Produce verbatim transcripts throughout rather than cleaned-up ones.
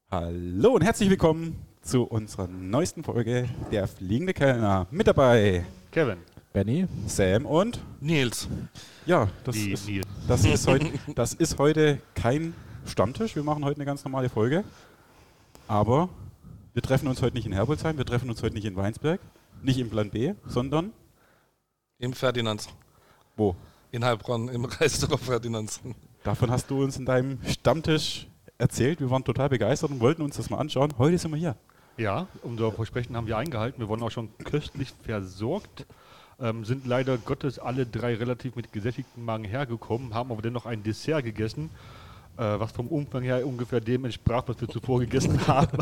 Hallo und herzlich willkommen zu unserer neuesten Folge der Fliegende Kellner. Mit dabei Kevin, Benny, Sam und Nils. Ja, das, Die ist, Nils. das, ist heute, das ist heute kein Stammtisch. Wir machen heute eine ganz normale Folge. Aber wir treffen uns heute nicht in Herbolzheim, wir treffen uns heute nicht in Weinsberg, nicht im Plan B, sondern Im Ferdinands. wo? In Heilbronn, im Restaurant Ferdinands. Davon hast du uns in deinem Stammtisch erzählt. Wir waren total begeistert und wollten uns das mal anschauen. Heute sind wir hier. Ja, unser Versprechen haben wir eingehalten. Wir wurden auch schon köstlich versorgt. Ähm, sind leider Gottes alle drei relativ mit gesättigtem Magen hergekommen, haben aber dennoch ein Dessert gegessen, äh, was vom Umfang her ungefähr dem entsprach, was wir zuvor gegessen haben.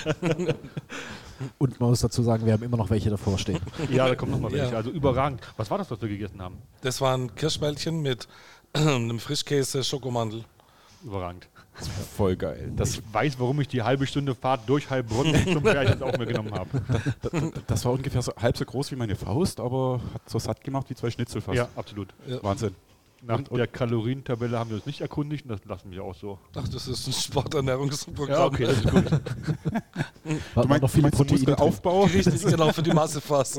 und man muss dazu sagen, wir haben immer noch welche davor stehen. Ja, da kommt nochmal welche. Ja. Also überragend. Was war das, was wir gegessen haben? Das waren Kirschbällchen mit einem Frischkäse, Schokomandel. Überragend. Voll geil. Das, Ich weiß, warum ich die halbe Stunde Fahrt durch Heilbronn zum Fernsehen auch mir genommen habe. das, das war ungefähr so, halb so groß wie meine Faust, aber hat so satt gemacht wie zwei Schnitzel fast. Ja, absolut. Wahnsinn. Nach Und- und- der Kalorientabelle haben wir uns nicht erkundigt und das lassen wir auch so. Ach, das ist ein Sporternährungsprogramm. Ja, okay, das ist gut. War Du meinst, noch viele meinst du Proteine drin. Muskelaufbau? Richtig, genau, für die Masse fast.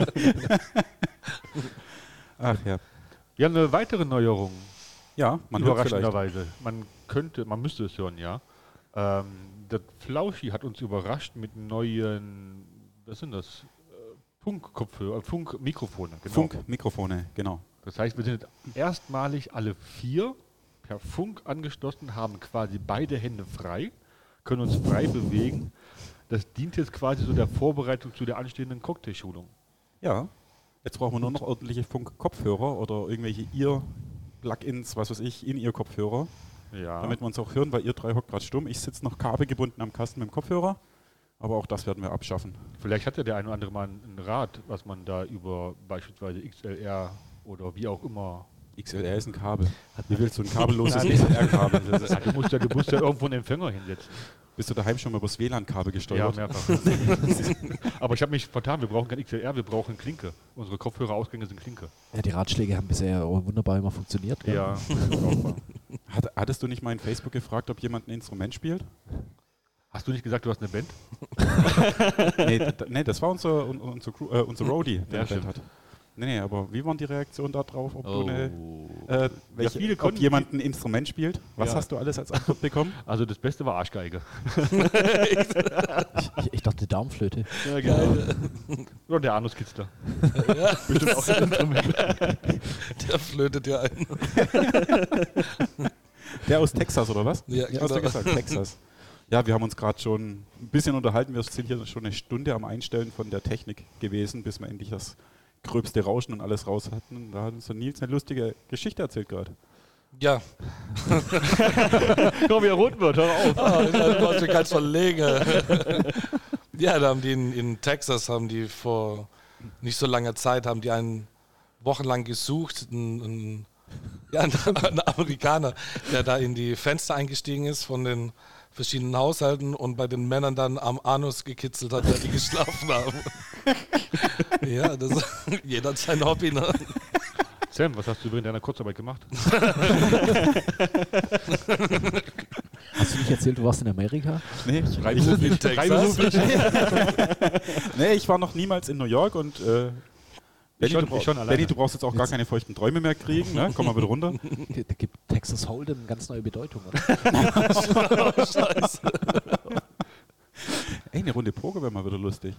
Ach ja. Ja, eine weitere Neuerung. Ja, man hört vielleicht. Überraschenderweise. Man könnte, man müsste es hören, ja. Ähm, der Flauschi hat uns überrascht mit neuen, was sind das? Äh, Funkkopfhörer, Funkmikrofone. Genau. Funkmikrofone, genau. Das heißt, wir sind erstmalig alle vier per Funk angeschlossen, haben quasi beide Hände frei, können uns frei bewegen. Das dient jetzt quasi so der Vorbereitung zu der anstehenden Cocktailschulung. Ja. Jetzt brauchen wir nur noch ordentliche Funk-Kopfhörer oder irgendwelche Ear-Plugins, was weiß ich, in Ear-Kopfhörer, Ja. damit wir uns auch hören, weil ihr drei hockt gerade stumm. Ich sitze noch kabelgebunden am Kasten mit dem Kopfhörer, aber auch das werden wir abschaffen. Vielleicht hat ja der eine oder andere mal einen Rat, was man da über beispielsweise X L R oder wie auch immer. X L R ist ein Kabel. Wie willst du ein kabelloses Nein. X L R-Kabel? Das ist- Ja, du, musst ja, du musst ja irgendwo einen Empfänger hinsetzen. Bist du daheim schon mal übers W L A N-Kabel Ja, gesteuert? mehrfach. Aber ich habe mich vertan, wir brauchen kein X L R, wir brauchen Klinke. Unsere Kopfhörerausgänge sind Klinke. Ja, die Ratschläge haben bisher auch wunderbar immer funktioniert. gell? Ja, das ist auch wahr. Hat, hattest du nicht mal in Facebook gefragt, ob jemand ein Instrument spielt? Hast du nicht gesagt, du hast eine Band? nee, d- nee, das war unser, un, unser, Crew, äh, unser Roadie, der Ja, eine Band stimmt. hat. Nee, nee, aber wie waren die Reaktionen da drauf, ob du eine, Oh. äh, welche, viele ob konnten jemand ein Instrument spielt? Was Ja. hast du alles als Antwort bekommen? Also das Beste war Arschgeige. Ich, ich dachte Darmflöte. Ja, geil. Oder der Anuskitzler. Ja, Bestimmt auch ein Instrument. der flötet ja ein. Der aus Texas, oder was? Ja, Hast du genau. gesagt, Texas. Ja, wir haben uns gerade schon ein bisschen unterhalten. Wir sind hier schon eine Stunde am Einstellen von der Technik gewesen, bis wir endlich das gröbste Rauschen und alles raus hatten. Und da hat uns der Nils eine lustige Geschichte erzählt gerade. Ja, Komm, wie er rot wird, hör auf. ah, du warst mir ganz verlegen. Ja, da haben die in, in Texas, haben die vor nicht so langer Zeit, haben die einen wochenlang gesucht, einen, einen, ja, einen Amerikaner, der da in die Fenster eingestiegen ist von den verschiedenen Haushalten und bei den Männern dann am Anus gekitzelt hat, weil die geschlafen haben. Ja, das, jeder hat sein Hobby. Ne? Sam, was hast du während deiner Kurzarbeit gemacht? Hast du nicht erzählt, du warst in Amerika? Nee, ich, Freiberuflich. In Texas. Freiberuflich. nee, ich war noch niemals in New York und äh, Benny, schon- du brauch- ich schon alleine. Benny, du brauchst jetzt auch gar keine feuchten Träume mehr kriegen. Ne? Komm mal wieder runter. Da gibt Texas Hold'em eine ganz neue Bedeutung, oder? Scheiße. Ey, eine Runde Poker wäre mal wieder lustig.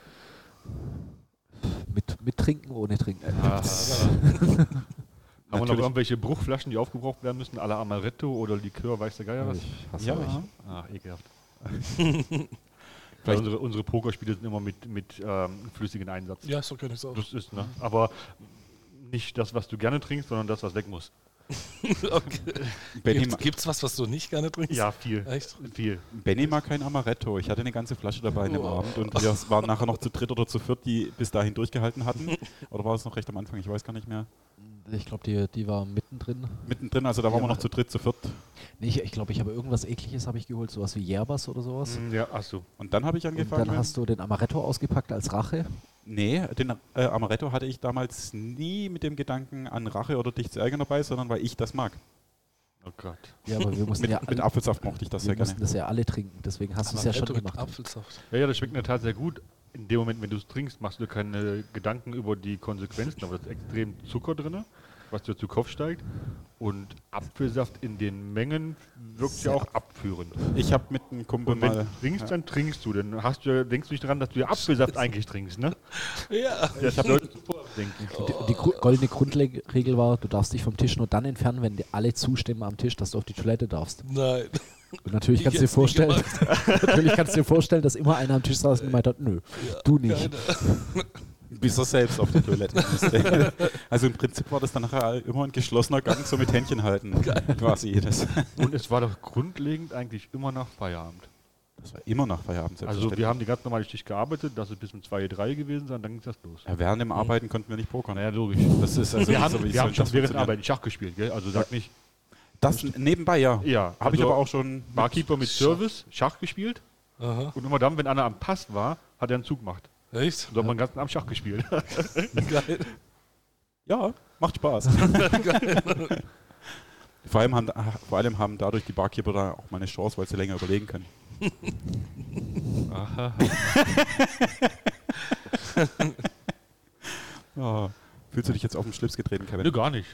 Mit, mit Trinken, ohne Trinken. Ah. Haben wir noch Natürlich. irgendwelche Bruchflaschen, die aufgebraucht werden müssen? À la Amaretto oder Likör, weiß der Geier was? Ich hasse Ja. euch. Ach, ekelhaft. Weil Vielleicht- unsere, unsere Pokerspiele sind immer mit, mit ähm, flüssigen Einsatz. Ja, so könnte ich es auch. Das ist, ne? Aber nicht das, was du gerne trinkst, sondern das, was weg muss. Okay. Benny, Gibt's, ma gibt's was, was du nicht gerne trinkst? Ja, viel. Echt? Viel. Benny mag kein Amaretto. Ich hatte eine ganze Flasche dabei an dem Oh. Abend und wir waren nachher noch zu dritt oder zu viert, die bis dahin durchgehalten hatten. Oder war es noch recht am Anfang? Ich weiß gar nicht mehr. Ich glaube, die, die war mittendrin. Mittendrin, also da waren wir noch zu dritt, zu viert. Nee, ich, ich glaube, ich habe irgendwas Ekliges habe ich geholt, sowas wie Yerbas oder sowas. Mm, Ja, hast du. Und dann habe ich Und angefangen. dann hast du den Amaretto ausgepackt als Rache. Nee, den äh, Amaretto hatte ich damals nie mit dem Gedanken an Rache oder dich zu ärgern dabei, sondern weil ich das mag. Oh Gott. Ja, aber wir mussten Mit, ja mit alle, Apfelsaft mochte ich das wir sehr gerne. mussten das ja alle trinken, deswegen hast du es ja schon Amaretto mit gemacht. Apfelsaft. Ja, ja, das schmeckt in der Tat sehr gut. In dem Moment, wenn du es trinkst, machst du dir keine Gedanken über die Konsequenzen, aber da ist extrem Zucker drin, was dir zu Kopf steigt. Und Apfelsaft in den Mengen wirkt ja auch abführend. Ich habe mit einem Kumpel Und wenn mal... du trinkst, dann trinkst du. Dann hast du, denkst du nicht daran, dass du ja Apfelsaft eigentlich trinkst, ne? Ja. Das hat Leute zuvor denken. Und die, und die gru- goldene Grundregel war, du darfst dich vom Tisch nur dann entfernen, wenn die alle zustimmen am Tisch, dass du auf die Toilette darfst. Nein. Und natürlich Ich kannst du dir hätt's nie vorstellen, natürlich kannst du dir vorstellen, dass immer einer am Tisch saß und gemeint hat, nö, du nicht. Bis er selbst auf die Toilette musste. Also im Prinzip war das dann nachher immer ein geschlossener Gang, so mit Händchen halten. Quasi. Das, Und es war doch grundlegend eigentlich immer nach Feierabend. das war immer nach Feierabend. Also wir haben die ganz normale Schicht gearbeitet, das ist bis um zwei, drei gewesen sein, dann ging das los. Ja, während dem Arbeiten konnten wir nicht pokern. Naja, logisch. Das ist also Wir nicht haben, so, wie wir haben soll schon das während funktionieren? Arbeit Schach gespielt, gell? Also sag nicht, Das nebenbei, ja. ja. Habe ich also aber auch schon. mit- Barkeeper mit Service, Schach gespielt Aha. und immer dann, wenn einer am Pass war, hat er einen Zug gemacht. Echt? So haben wir den ganzen Abend Schach gespielt. Geil. Ja, macht Spaß. vor, allem haben, vor allem haben dadurch die Barkeeper da auch mal eine Chance, weil sie länger überlegen können. Aha. Ja. Fühlst du dich jetzt auf den Schlips getreten, Kevin? Nö, gar nicht.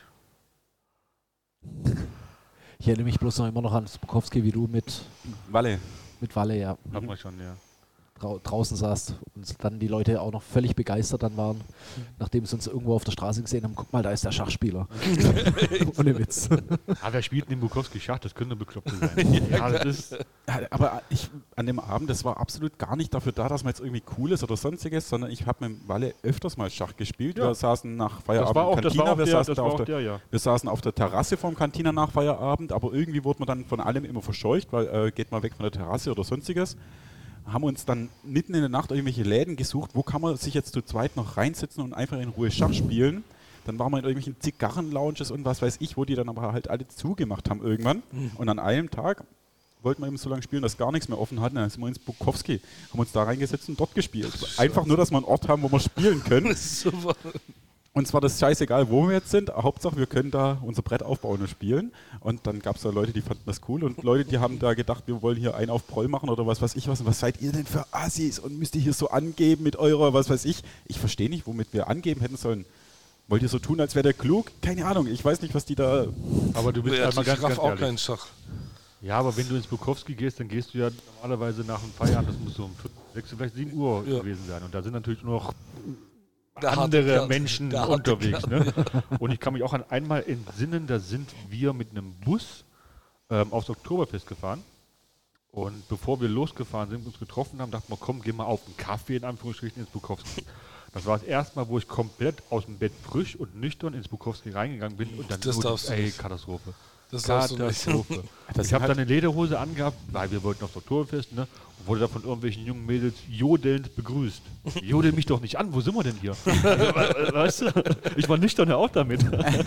Ich erinnere mich bloß noch immer noch an Spokowski, wie du mit, Walle. mit Walle ja Hat man schon, ja. drau draußen saßt und dann die Leute auch noch völlig begeistert dann waren, nachdem sie uns irgendwo auf der Straße gesehen haben, guck mal, da ist der Schachspieler. Ohne Witz. Ah, wer spielt denn Bukowski Schach? Das könnte Bekloppte sein. ja, das ist. Ja, aber ich, an dem Abend, das war absolut gar nicht dafür da, dass man jetzt irgendwie cool ist oder sonstiges, sondern ich habe mit Walle öfters mal Schach gespielt. Ja. Wir saßen nach Das Feierabend war auch, im das Cantina, war auch wir, der, saßen das da war auf auch der, der, ja. wir saßen auf der Terrasse vom Cantina nach Feierabend, aber irgendwie wurde man dann von allem immer verscheucht, weil äh, geht mal weg von der Terrasse oder sonstiges. Haben uns dann mitten in der Nacht irgendwelche Läden gesucht, wo kann man sich jetzt zu zweit noch reinsitzen und einfach in Ruhe Schach spielen. Dann waren wir in irgendwelchen Zigarren-Lounges und was weiß ich, wo die dann aber halt alle zugemacht haben irgendwann. Und an einem Tag wollten wir eben so lange spielen, dass gar nichts mehr offen hatten. Dann sind wir ins Bukowski, haben uns da reingesetzt und dort gespielt. Einfach nur, dass wir einen Ort haben, wo wir spielen können. Super. Uns war das scheißegal, wo wir jetzt sind. Hauptsache, wir können da unser Brett aufbauen und spielen. Und dann gab es da Leute, die fanden das cool. Und Leute, die haben da gedacht, wir wollen hier einen auf Proll machen oder was weiß ich was. Und was seid ihr denn für Assis? Und müsst ihr hier so angeben mit eurer, was weiß ich. Ich verstehe nicht, womit wir angeben hätten sollen. Wollt ihr so tun, als wäre der klug? Keine Ahnung. Ich weiß nicht, was die da... Aber du bist Ja, einmal ich ganz, raff ganz auch ehrlich. keinen Schach. Ja, aber wenn du ins Bukowski gehst, dann gehst du ja normalerweise nach dem Feierabend, das muss so um fünf, sechs, vielleicht sieben Uhr Ja. gewesen sein. Und da sind natürlich nur noch Der harte andere Kerl. Menschen Der harte unterwegs. Ne? Und ich kann mich auch an einmal entsinnen, da sind wir mit einem Bus ähm, aufs Oktoberfest gefahren. Und bevor wir losgefahren sind, uns getroffen haben, dachten wir, komm, geh mal auf einen Kaffee, in Anführungsstrichen, ins Bukowski. Das war das erste Mal, wo ich komplett aus dem Bett frisch und nüchtern ins Bukowski reingegangen bin. Und dann Das nur darfst du ey, nicht. Katastrophe. Das darfst du nicht. Katastrophe. Das Ich sind habe halt- dann eine Lederhose angehabt, weil wir wollten aufs Oktoberfest, ne? Und wurde da von irgendwelchen jungen Mädels jodelnd begrüßt. Jodel mich doch nicht an, wo sind wir denn hier? Weißt du? Ich war nüchtern auch damit.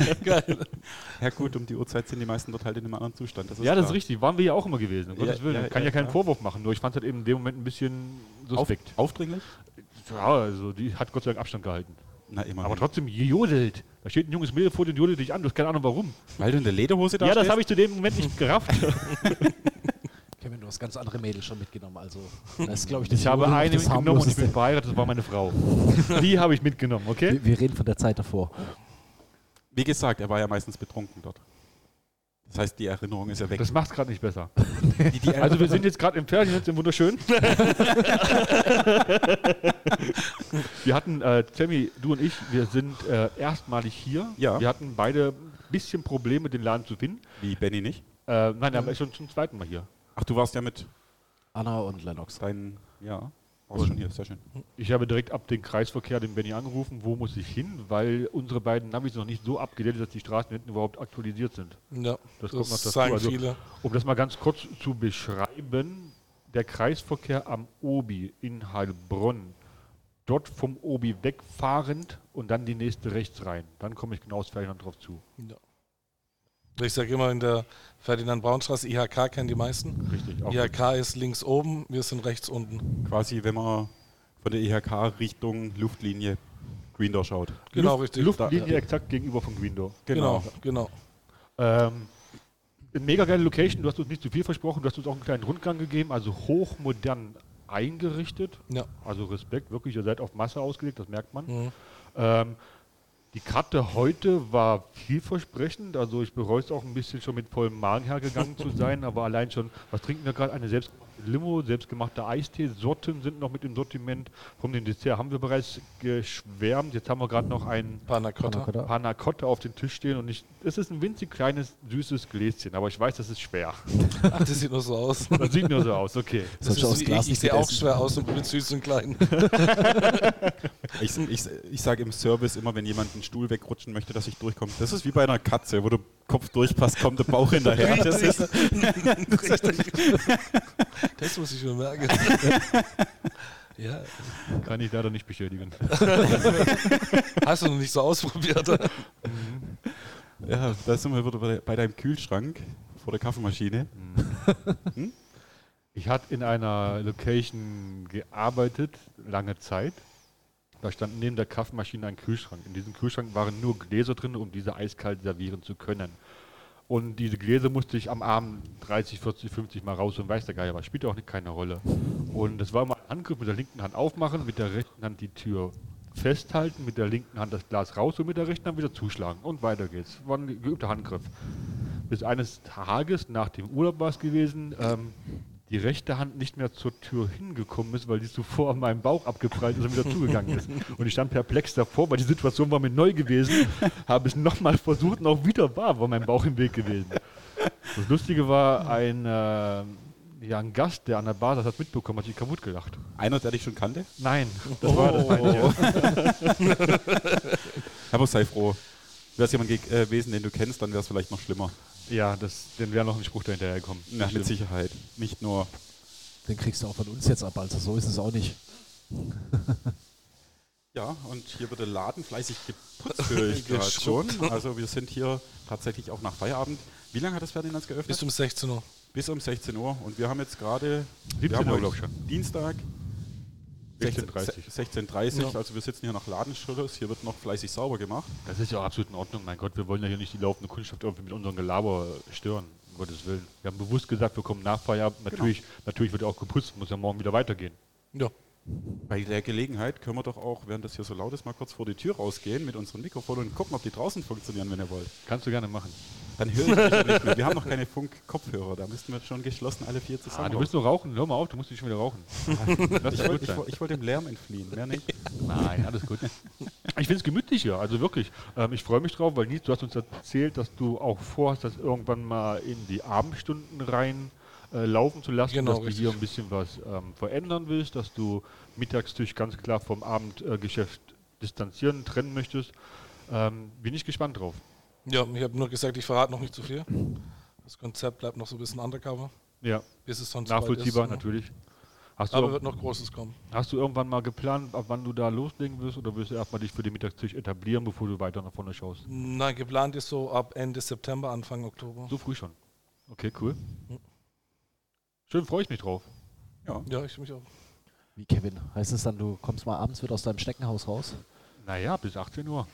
Ja gut, um die Uhrzeit sind die meisten dort halt in einem anderen Zustand. Das ist Ja, das ist klar. richtig. Waren wir ja auch immer gewesen. Um Ja, Gottes Willen. ja, Kann ja, ja keinen klar. Vorwurf machen, nur ich fand es halt eben in dem Moment ein bisschen Auf, suspekt. aufdringlich? Ja, also die hat Gott sei Dank Abstand gehalten. Na, immer. Aber trotzdem jodelt. Da steht ein junges Mädel vor dir und jodelt dich an. Du hast keine Ahnung warum. Weil du in der Lederhose da Ja, das stehst? habe ich zu dem Moment nicht gerafft. Kevin, du hast ganz andere Mädels schon mitgenommen, also das ist, glaube ich, das Ich habe Jodel noch eine das mitgenommen und ich harmloseste. bin verheiratet, das war meine Frau. Die habe ich mitgenommen, okay? wir, wir reden von der Zeit davor. Wie gesagt, er war ja meistens betrunken dort. Das heißt, die Erinnerung ist ja weg. Das macht es gerade nicht besser. Die, die Also wir sind jetzt gerade im Ferdinand, sind wunderschön. Wir hatten, äh, Sammy, du und ich, wir sind äh, erstmalig hier. Ja. Wir hatten beide ein bisschen Probleme, den Laden zu finden. Wie Benny nicht? Äh, nein, er ist schon zum zweiten Mal hier. Ach, du warst ja mit Anna und Lennox. deinen, ja, warst schon hier, sehr schön. Ich habe direkt ab dem Kreisverkehr den Benny angerufen, wo muss ich hin, weil unsere beiden Navis noch nicht so abgedatet sind, dass die Straßen hinten überhaupt aktualisiert sind. Ja, Das das, kommt noch dazu. sagen Also, viele. Um das mal ganz kurz zu beschreiben, der Kreisverkehr am Obi in Heilbronn, dort vom Obi wegfahrend und dann die nächste rechts rein. Dann komme ich genau aus Ferdinand drauf zu. Ja. Ich sage immer in der Ferdinand-Braun-Straße, I H K kennen die meisten. Richtig. Auch I H K ist links oben, wir sind rechts unten. Quasi, wenn man von der I H K Richtung Luftlinie Green Door schaut. Genau, Luft, richtig. Luftlinie Da- exakt gegenüber von Green Door. Genau, genau. Ähm, Eine mega geile Location, du hast uns nicht zu viel versprochen, du hast uns auch einen kleinen Rundgang gegeben, also hochmodern eingerichtet. Ja. Also Respekt, wirklich, ihr seid auf Masse ausgelegt, das merkt man. Mhm. Ähm, die Karte heute war vielversprechend, also ich bereue es auch ein bisschen schon mit vollem Magen hergegangen zu sein, aber allein schon, was trinken wir gerade? Eine selbstgemachte Limo, selbstgemachte Eistee, Sorten sind noch mit im Sortiment. Von dem Dessert haben wir bereits geschwärmt, jetzt haben wir gerade noch ein Panna Cotta. Panna Cotta. Panna Cotta auf dem Tisch stehen und ich, es ist ein winzig kleines, süßes Gläschen, aber ich weiß, das ist schwer. Ach, das sieht nur so aus. Das sieht nur so aus, okay. Das Das hast du aus ist, Glas ich ich nicht sehe auch gegessen. schwer aus und bin süß und klein. Ich, ich, ich sage im Service immer, wenn jemand einen Stuhl wegrutschen möchte, dass ich durchkomme. Das ist wie bei einer Katze, wo der Kopf durchpasst, kommt der Bauch hinterher. Das ist, Das muss ich mir merken. Ja. Kann ich leider nicht bestätigen. Hast du noch nicht so ausprobiert? ja, da sind wir wieder bei, bei deinem Kühlschrank vor der Kaffeemaschine. Ich hatte in einer Location gearbeitet, lange Zeit. Da stand neben der Kaffeemaschine ein Kühlschrank. In diesem Kühlschrank waren nur Gläser drin, um diese eiskalt servieren zu können. Und diese Gläser musste ich am Abend dreißig, vierzig, fünfzig Mal raus und weiß der Geier was. Spielt auch nicht keine Rolle. Und das war immer ein Angriff mit der linken Hand aufmachen, mit der rechten Hand die Tür festhalten, mit der linken Hand das Glas raus und mit der rechten Hand wieder zuschlagen. Und weiter geht's. War ein geübter Handgriff. Bis eines Tages, nach dem Urlaub war es gewesen, ähm, die rechte Hand nicht mehr zur Tür hingekommen ist, weil die zuvor an meinem Bauch abgeprallt ist und wieder zugegangen ist. Und ich stand perplex davor, weil die Situation war mir neu gewesen, habe es nochmal versucht und auch wieder war, war mein Bauch im Weg gewesen. Das Lustige war, ein, äh, ja, ein Gast, der an der Bar das hat mitbekommen, hat sich kaputt gelacht. Einer, der dich schon kannte? Nein, das war das Peinliche. Aber sei froh. Wäre es jemand ge- äh, gewesen, den du kennst, dann wäre es vielleicht noch schlimmer. Ja, das, dann wäre noch ein Spruch dahinterher gekommen. Na, mit Sicherheit. Nicht nur. Den kriegst du auch von uns jetzt ab, also so ist es auch nicht. Ja, und hier wird der Laden fleißig geputzt, höre ich gerade schon. Also wir sind hier tatsächlich auch nach Feierabend. Wie lange hat das Ferdinands geöffnet? Bis um sechzehn Uhr. Bis um sechzehn Uhr. Und wir haben jetzt gerade siebzehn wir haben Uhr, heute glaube ich schon. Dienstag sechzehn Uhr dreißig. sechzehn Uhr dreißig. Ja. Also wir sitzen hier nach Ladenschluss. Hier wird noch fleißig sauber gemacht. Das ist ja auch absolut in Ordnung, mein Gott. Wir wollen ja hier nicht die laufende Kundschaft irgendwie mit unserem Gelaber stören, um Gottes Willen. Wir haben bewusst gesagt, wir kommen nach Feierabend. Natürlich, natürlich wird auch geputzt, muss ja morgen wieder weitergehen. Ja. Bei der Gelegenheit können wir doch auch, während das hier so laut ist, mal kurz vor die Tür rausgehen mit unserem Mikrofon und gucken, ob die draußen funktionieren, wenn ihr wollt. Kannst du gerne machen. Dann höre ich mich ja nicht mehr. Wir haben noch keine Funk-Kopfhörer, da müssten wir schon geschlossen alle vier zusammen. Ah, du willst nur rauchen? Hör mal auf, du musst nicht schon wieder rauchen. Lass ich es wollte gut ich, sein. woll- ich wollte dem Lärm entfliehen, mehr nicht. Nein, alles gut. Ich finde es gemütlich hier, also wirklich. Ähm, ich freue mich drauf, weil Nils, du hast uns erzählt, dass du auch vorhast, das irgendwann mal in die Abendstunden rein äh, laufen zu lassen, Genau, dass du richtig. hier ein bisschen was ähm, verändern willst, dass du Mittagstisch ganz klar vom Abendgeschäft distanzieren, trennen möchtest. Ähm, bin ich gespannt drauf. Ja, ich habe nur gesagt, ich verrate noch nicht zu viel. Das Konzept bleibt noch so ein bisschen undercover, Ja, bis es sonst soweit nachvollziehbar ist. natürlich. Hast du, Aber auch- wird noch Großes kommen. hast du irgendwann mal geplant, ab wann du da loslegen wirst, oder wirst du erstmal dich für den Mittagstisch etablieren, bevor du weiter nach vorne schaust? Nein, geplant ist so ab Ende September, Anfang Oktober. So früh schon. Okay, cool. Schön, freue ich mich drauf. Ja. Ja, ich mich auch. Wie Kevin, heißt es dann, du kommst mal abends wieder aus deinem Schneckenhaus raus? Naja, bis achtzehn Uhr.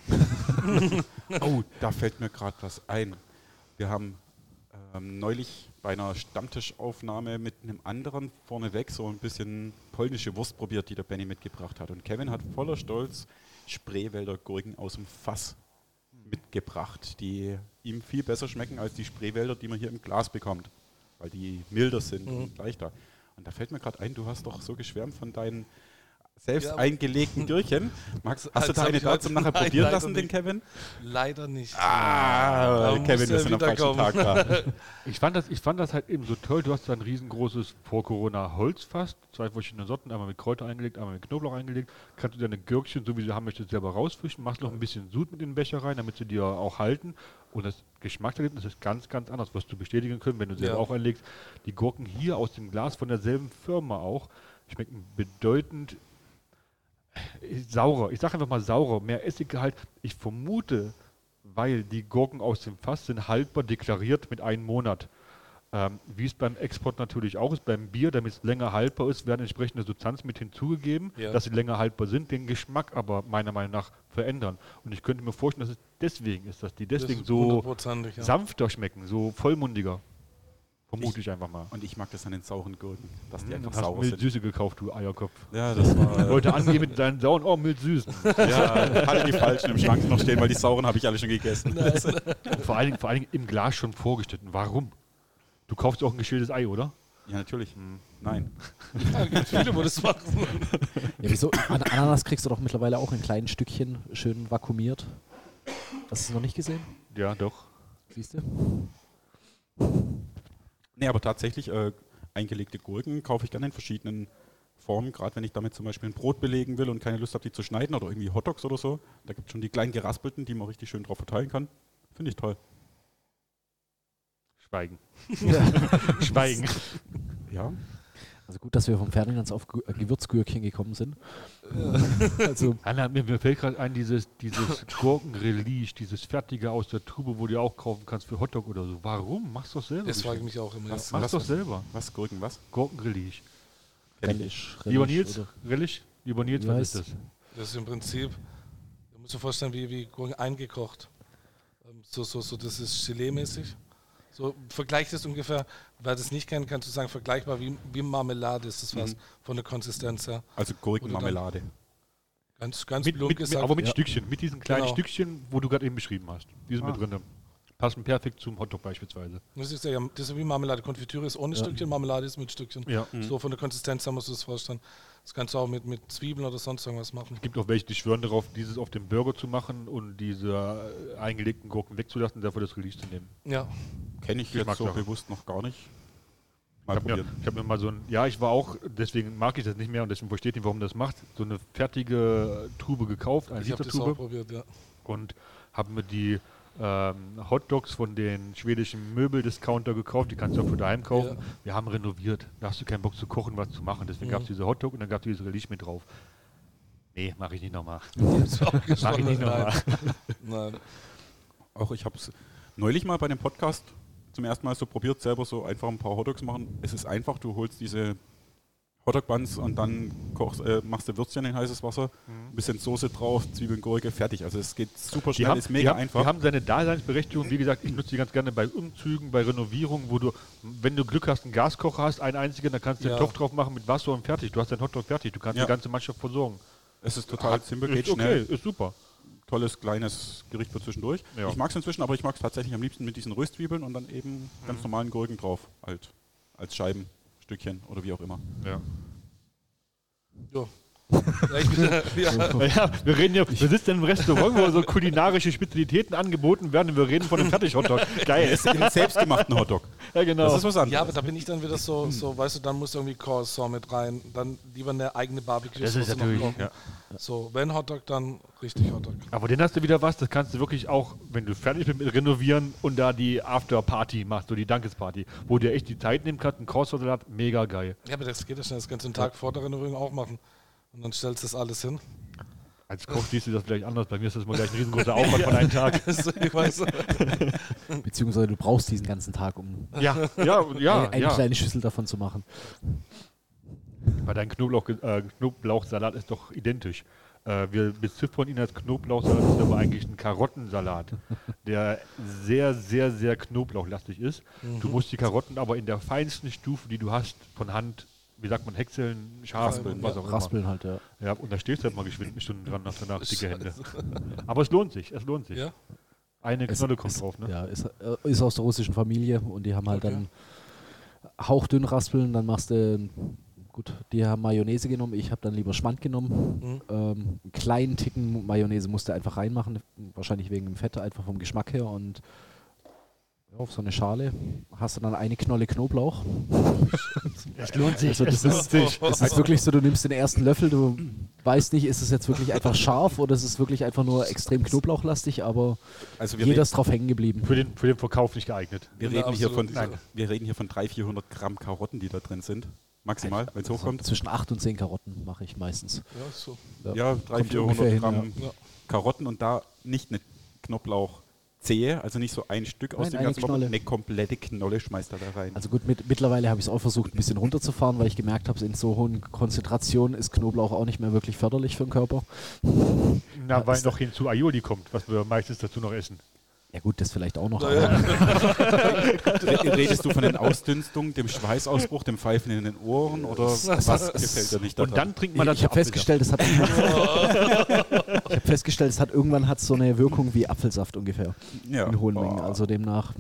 Oh, da fällt mir gerade was ein. Wir haben ähm, neulich bei einer Stammtischaufnahme mit einem anderen vorneweg so ein bisschen polnische Wurst probiert, die der Benny mitgebracht hat. Und Kevin hat voller Stolz Spreewälder Gurken aus dem Fass mitgebracht, die ihm viel besser schmecken als die Spreewälder, die man hier im Glas bekommt, weil die milder sind Mhm. und leichter. Und da fällt mir gerade ein, du hast doch so geschwärmt von deinen selbst Ja. eingelegten Gürchen. Max, hast du Jetzt da hab eine ich da heute- zum nachher Nein, probieren leider lassen, den nicht. Kevin? Leider nicht. Ah, Da Kevin, muss wir er sind am falschen wiederkommen. Tag da. Ich fand, das, ich fand das halt eben so toll. Du hast da ein riesengroßes Vor-Corona-Holzfass, zwei verschiedene Sorten, einmal mit Kräuter eingelegt, einmal mit Knoblauch eingelegt. Kannst du deine Gürkchen, so wie du haben möchtest, selber rausfischen, machst noch ein bisschen Sud mit in den Becher rein, damit sie dir auch halten. Und das Geschmackserlebnis ist ganz, ganz anders, was du bestätigen können, wenn du selber Ja. auch einlegst. Die Gurken hier aus dem Glas von derselben Firma auch schmecken bedeutend äh, saurer. Ich sage einfach mal saurer, mehr Essiggehalt. Ich vermute, weil die Gurken aus dem Fass sind haltbar deklariert mit einem Monat. Ähm, wie es beim Export natürlich auch ist, beim Bier, damit es länger haltbar ist, werden entsprechende Substanzen mit hinzugegeben, Ja. dass sie länger haltbar sind, den Geschmack aber meiner Meinung nach verändern. Und ich könnte mir vorstellen, dass es deswegen ist, dass die deswegen Das ist so hundertprozentig, ja. sanfter schmecken, so vollmundiger. Vermute ich einfach mal. Und ich mag das an den sauren Gurken, dass die Hm, einfach hast sauer Milch sind. Süße gekauft, du Eierkopf. Ja, das war... Leute angehen mit deinen sauren, oh, Milch Süßen. ja, hatte die falschen im Schrank noch stehen, weil die sauren habe ich alle schon gegessen. Und vor allen Dingen, vor allen Dingen im Glas schon vorgeschnitten. Warum? Du kaufst auch ein geschältes Ei, oder? Ja, natürlich. Nein. Ja, gibt viele, wo das machen. Ja, wieso? An Ananas kriegst du doch mittlerweile auch in kleinen Stückchen schön vakuumiert. Hast du es noch nicht gesehen? Ja, doch. Siehst du? Nee, aber tatsächlich, äh, eingelegte Gurken kaufe ich gerne in verschiedenen Formen, gerade wenn ich damit zum Beispiel ein Brot belegen will und keine Lust habe, die zu schneiden oder irgendwie Hotdogs oder so. Da gibt es schon die kleinen geraspelten, die man richtig schön drauf verteilen kann. Finde ich toll. Schweigen. Ja. Schweigen. Ja. Also gut, dass wir vom Ferdinands auf Gu- äh, Gewürzgürkchen gekommen sind. Also, Anna, mir, mir fällt gerade ein, dieses, dieses Gurkenrelease, dieses Fertige aus der Tube, wo du auch kaufen kannst für Hotdog oder so. Warum? Machst du das selber? Das frage ich mich auch immer. Was? Ja. Machst du das selber. Was? Gurken, was? Gurkenrelish. Relish. Lieber Relish Nils, oder- Relish? Lieber Nils, Wie was heißt- ist das? Das ist im Prinzip, du musst dir vorstellen, wie, wie Gurken eingekocht. Ähm, So, so, so, das ist Gelee-mäßig. So, vergleich das ungefähr, wer das nicht kennt, kannst du sagen, vergleichbar wie, wie Marmelade ist das was Mhm. von der Konsistenz her. Also Gurkenmarmelade. Ganz, ganz Mit, plump mit, mit, gesagt. aber mit Ja. Stückchen, mit diesen kleinen Genau. Stückchen, wo du gerade eben beschrieben hast. Die sind Ah. mit drin. Passen perfekt zum Hotdog beispielsweise. Das ist, ja, das ist wie Marmelade. Konfitüre ist ohne Ja. Stückchen, Marmelade ist mit Stückchen. Ja. Mhm. So von der Konsistenz her musst du das vorstellen. Das kannst du auch mit, mit Zwiebeln oder sonst irgendwas machen. Es gibt auch welche, die schwören darauf, dieses auf dem Burger zu machen und diese äh, eingelegten Gurken wegzulassen und dafür das Release zu nehmen. Ja, Kenne ich jetzt so Geschmackssache. bewusst noch gar nicht. Ich Mal habe mir, probieren. ich hab mir mal so ein, ja, ich war auch, deswegen mag ich das nicht mehr und deswegen versteht nicht, warum das macht, so eine fertige Tube gekauft, eine ich habe Liter das auch Tube probiert, ja. und habe mir die ähm, Hotdogs von den schwedischen Möbeldiscounter gekauft, die kannst du auch für daheim kaufen. Ja. Wir haben renoviert, da hast du keinen Bock zu kochen, was zu machen, deswegen Mhm. gab es diese Hotdog und dann gab es dieses Release mit drauf. Nee, mache ich nicht nochmal. Das ist auch Mach ich gespannt. nicht nochmal. Nein. Auch ich habe es neulich mal bei dem Podcast zum ersten Mal so probiert, selber so einfach ein paar Hotdogs machen. Es ist einfach, du holst diese Hotdog-Buns und dann kochst, äh, machst du Würstchen in heißes Wasser, ein bisschen Soße drauf, Zwiebeln, Gurke, fertig. Also es geht super Die schnell, haben, ist mega die, haben, einfach. die haben seine Daseinsberechtigung. Wie gesagt, ich nutze die ganz gerne bei Umzügen, bei Renovierungen, wo du, wenn du Glück hast, einen Gaskocher hast, einen einzigen, dann kannst du Ja. den Topf drauf machen mit Wasser und fertig. Du hast deinen Hotdog fertig. Du kannst Ja. die ganze Mannschaft versorgen. Es ist total simpel, geht ist okay, schnell. ist super. Tolles, kleines Gericht für zwischendurch. Ja. Ich mag es inzwischen, aber ich mag es tatsächlich am liebsten mit diesen Röstzwiebeln und dann eben ganz normalen Gurken drauf, halt als Scheibenstückchen oder wie auch immer. Ja. Ja. Ja, ich bin, ja. Naja, wir reden ja, wir sitzen im Restaurant, wo so kulinarische Spezialitäten angeboten werden und wir reden von einem Fertig-Hotdog. Geil. Es ist ein selbstgemachten Hotdog. Ja, genau. Das ist was anderes. ja, aber da bin ich dann wieder so, so weißt du, dann muss irgendwie Croissant mit rein, dann lieber eine eigene barbecue Das ist natürlich, ja. So, wenn Hotdog, dann richtig Hotdog. Aber dann hast du wieder was, das kannst du wirklich auch, wenn du fertig bist mit Renovieren und da die After-Party machst, so die Dankesparty, wo du echt die Zeit nehmen kannst, einen Croissant-Salat, mega geil. Ja, aber das geht ja schnell, das kannst du einen Tag vor der Renovierung auch machen. Und dann stellst du das alles hin. Als Koch siehst du das vielleicht anders. Bei mir ist das mal gleich ein riesengroßer Aufwand von einem Tag. Also, ich weiß, Beziehungsweise du brauchst diesen ganzen Tag, um Ja, ja, ja. eine, eine ja. kleine Schüssel davon zu machen. Weil dein Knoblauch, äh, Knoblauchsalat ist doch identisch. Äh, wir beziffern ihn als Knoblauchsalat, ist aber eigentlich ein Karottensalat, der sehr, sehr, sehr knoblauchlastig ist. Du musst die Karotten aber in der feinsten Stufe, die du hast, von Hand, wie sagt man, häckseln, scharf, Raspeln, was ja. auch immer. Raspeln halt, ja. Ja, und da stehst du halt mal geschwind eine Stunde dran, nach danach dicke Hände. Aber es lohnt sich, es lohnt sich. ja. Eine Es- Knolle kommt es- drauf, ne? Ja, ist, äh, ist aus der russischen Familie und die haben halt Okay. dann hauchdünn raspeln, dann machst du, gut, die haben Mayonnaise genommen, ich habe dann lieber Schmand genommen. Mhm. Ähm, einen kleinen Ticken Mayonnaise musst du einfach reinmachen, wahrscheinlich wegen dem Fett, einfach vom Geschmack her und ja, auf so eine Schale hast du dann eine Knolle Knoblauch. Es lohnt sich, Also das es lohnt ist, sich. es ist wirklich so, du nimmst den ersten Löffel, du weißt nicht, ist es jetzt wirklich einfach scharf oder ist es wirklich einfach nur extrem knoblauchlastig, aber Also wir, jeder reden, ist drauf hängen geblieben. Für den, für den Verkauf nicht geeignet. wir, Ja, reden hier von, absolut. wir reden hier von dreihundert, vierhundert Gramm Karotten, die da drin sind. Maximal, wenn es hochkommt. Zwischen acht und zehn Karotten mache ich meistens. Ja, so. Ja, Kommt dreihundert, ungefähr vierhundert hin, Gramm ja. Ja. Karotten und da nicht eine Knoblauchzehe, also nicht so ein Stück aus Nein, dem eine ganzen Knoblauch, Knolle. eine komplette Knolle schmeißt er da rein. Also gut, mit, mittlerweile habe ich es auch versucht, ein bisschen runterzufahren, weil ich gemerkt habe, in so hohen Konzentrationen ist Knoblauch auch nicht mehr wirklich förderlich für den Körper. Na, weil ist- noch hinzu Aioli kommt, was wir meistens dazu noch essen. Ja gut, das vielleicht auch noch. Ja. Aber Redest du von den Ausdünstungen, dem Schweißausbruch, dem Pfeifen in den Ohren oder was gefällt dir nicht daran? Und dann trinkt man ich das ich habe festgestellt, es hat ich habe festgestellt, es hat irgendwann hat so eine Wirkung wie Apfelsaft ungefähr ja. in hohen Mengen. Oh. Also demnach.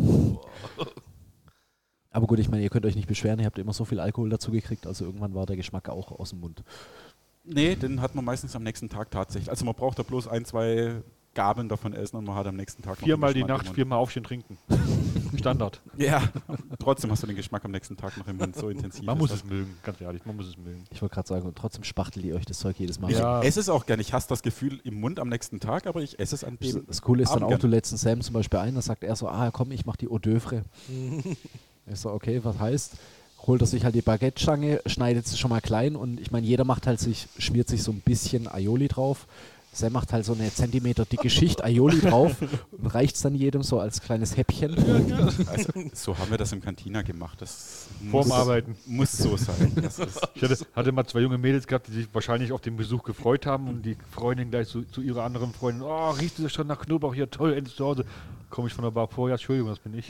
Aber gut, ich meine, ihr könnt euch nicht beschweren, ihr habt immer so viel Alkohol dazu gekriegt, also irgendwann war der Geschmack auch aus dem Mund. Nee, den hat man meistens am nächsten Tag tatsächlich. Also man braucht da bloß ein, zwei Gabeln davon essen und man hat am nächsten Tag noch Viermal den die Geschmack Nacht, im Mund. viermal aufstehen, trinken. Standard. Ja, trotzdem hast du den Geschmack am nächsten Tag noch im Mund, so intensiv. Man ist muss das. es mögen, ganz ehrlich, man muss es mögen. Ich wollte gerade sagen, und trotzdem spachtelt ihr euch das Zeug jedes Mal. Ich Ja. esse es auch gerne. Ich hasse das Gefühl im Mund am nächsten Tag, aber ich esse es an Das, dem das Coole ist dann Abend auch, du gern. lädst den Sam zum Beispiel ein, da sagt er so, ah komm, ich mach die Hors d'oeuvre. Ich so, okay, was heißt? Holt er sich halt die Baguette-Stange, schneidet sie schon mal klein und ich meine, jeder macht halt sich, schmiert sich so ein bisschen Aioli drauf. Sam macht halt so eine Zentimeter dicke Schicht Aioli drauf und reicht es dann jedem so als kleines Häppchen. Also, so haben wir das im Cantina gemacht. Das Vorm muss, Arbeiten. muss so sein. Das ist, Ich hatte, hatte mal zwei junge Mädels gehabt, die sich wahrscheinlich auf den Besuch gefreut haben und die Freundin gleich zu, zu ihrer anderen Freundin, oh, riechst du das schon nach Knoblauch hier, toll, endlich zu Hause. Komme ich von der Bar vor, ja, Entschuldigung, das bin ich.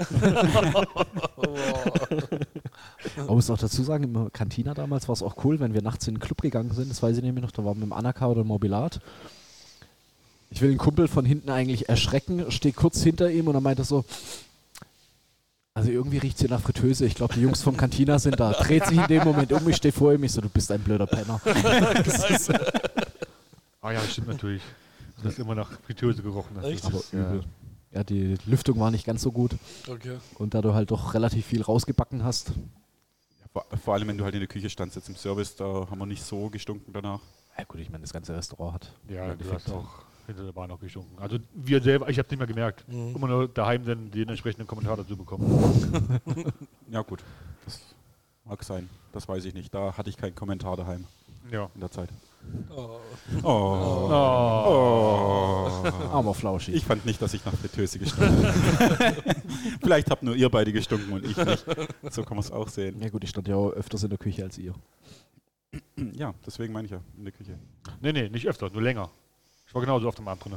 Man muss auch dazu sagen, im Cantina damals war es auch cool, wenn wir nachts in den Club gegangen sind, das weiß ich nämlich noch, da waren wir im Anaka oder im Mobilat. Ich will den Kumpel von hinten eigentlich erschrecken, stehe kurz hinter ihm und dann meint er so, also irgendwie riecht es hier nach Fritteuse, ich glaube die Jungs vom Cantina sind da, dreht sich in dem Moment um, ich stehe vor ihm, ich so, du bist ein blöder Penner. Ah ja, das stimmt natürlich. Das ist immer nach Fritteuse gerochen. Das Echt? ist das, Aber, ja. Ja, die Lüftung war nicht ganz so gut Okay. und da du halt doch relativ viel rausgebacken hast. ja, vor, vor allem, wenn du halt in der Küche standst, jetzt im Service, da haben wir nicht so gestunken danach. Ja gut, ich meine, das ganze Restaurant hat. Ja, im du Endeffekt- hast auch hinter der Bar noch gestunken. Also wir selber, ich habe nicht mehr gemerkt. Mhm. Immer nur daheim dann den entsprechenden Kommentar dazu bekommen. Ja gut, das mag sein. Das weiß ich nicht. Da hatte ich keinen Kommentar daheim Ja. in der Zeit. Oh. Oh. Oh. Oh. Armer Flauschi. Ich fand nicht, dass ich nach Fritteuse gestunken habe. Vielleicht habt nur ihr beide gestunken und ich nicht. So kann man es auch sehen. Ja gut, ich stand ja auch öfters in der Küche als ihr. Ja, deswegen meine ich ja, in der Küche. Nee, nee, nicht öfter, nur länger. Ich war genauso oft am Abend drin.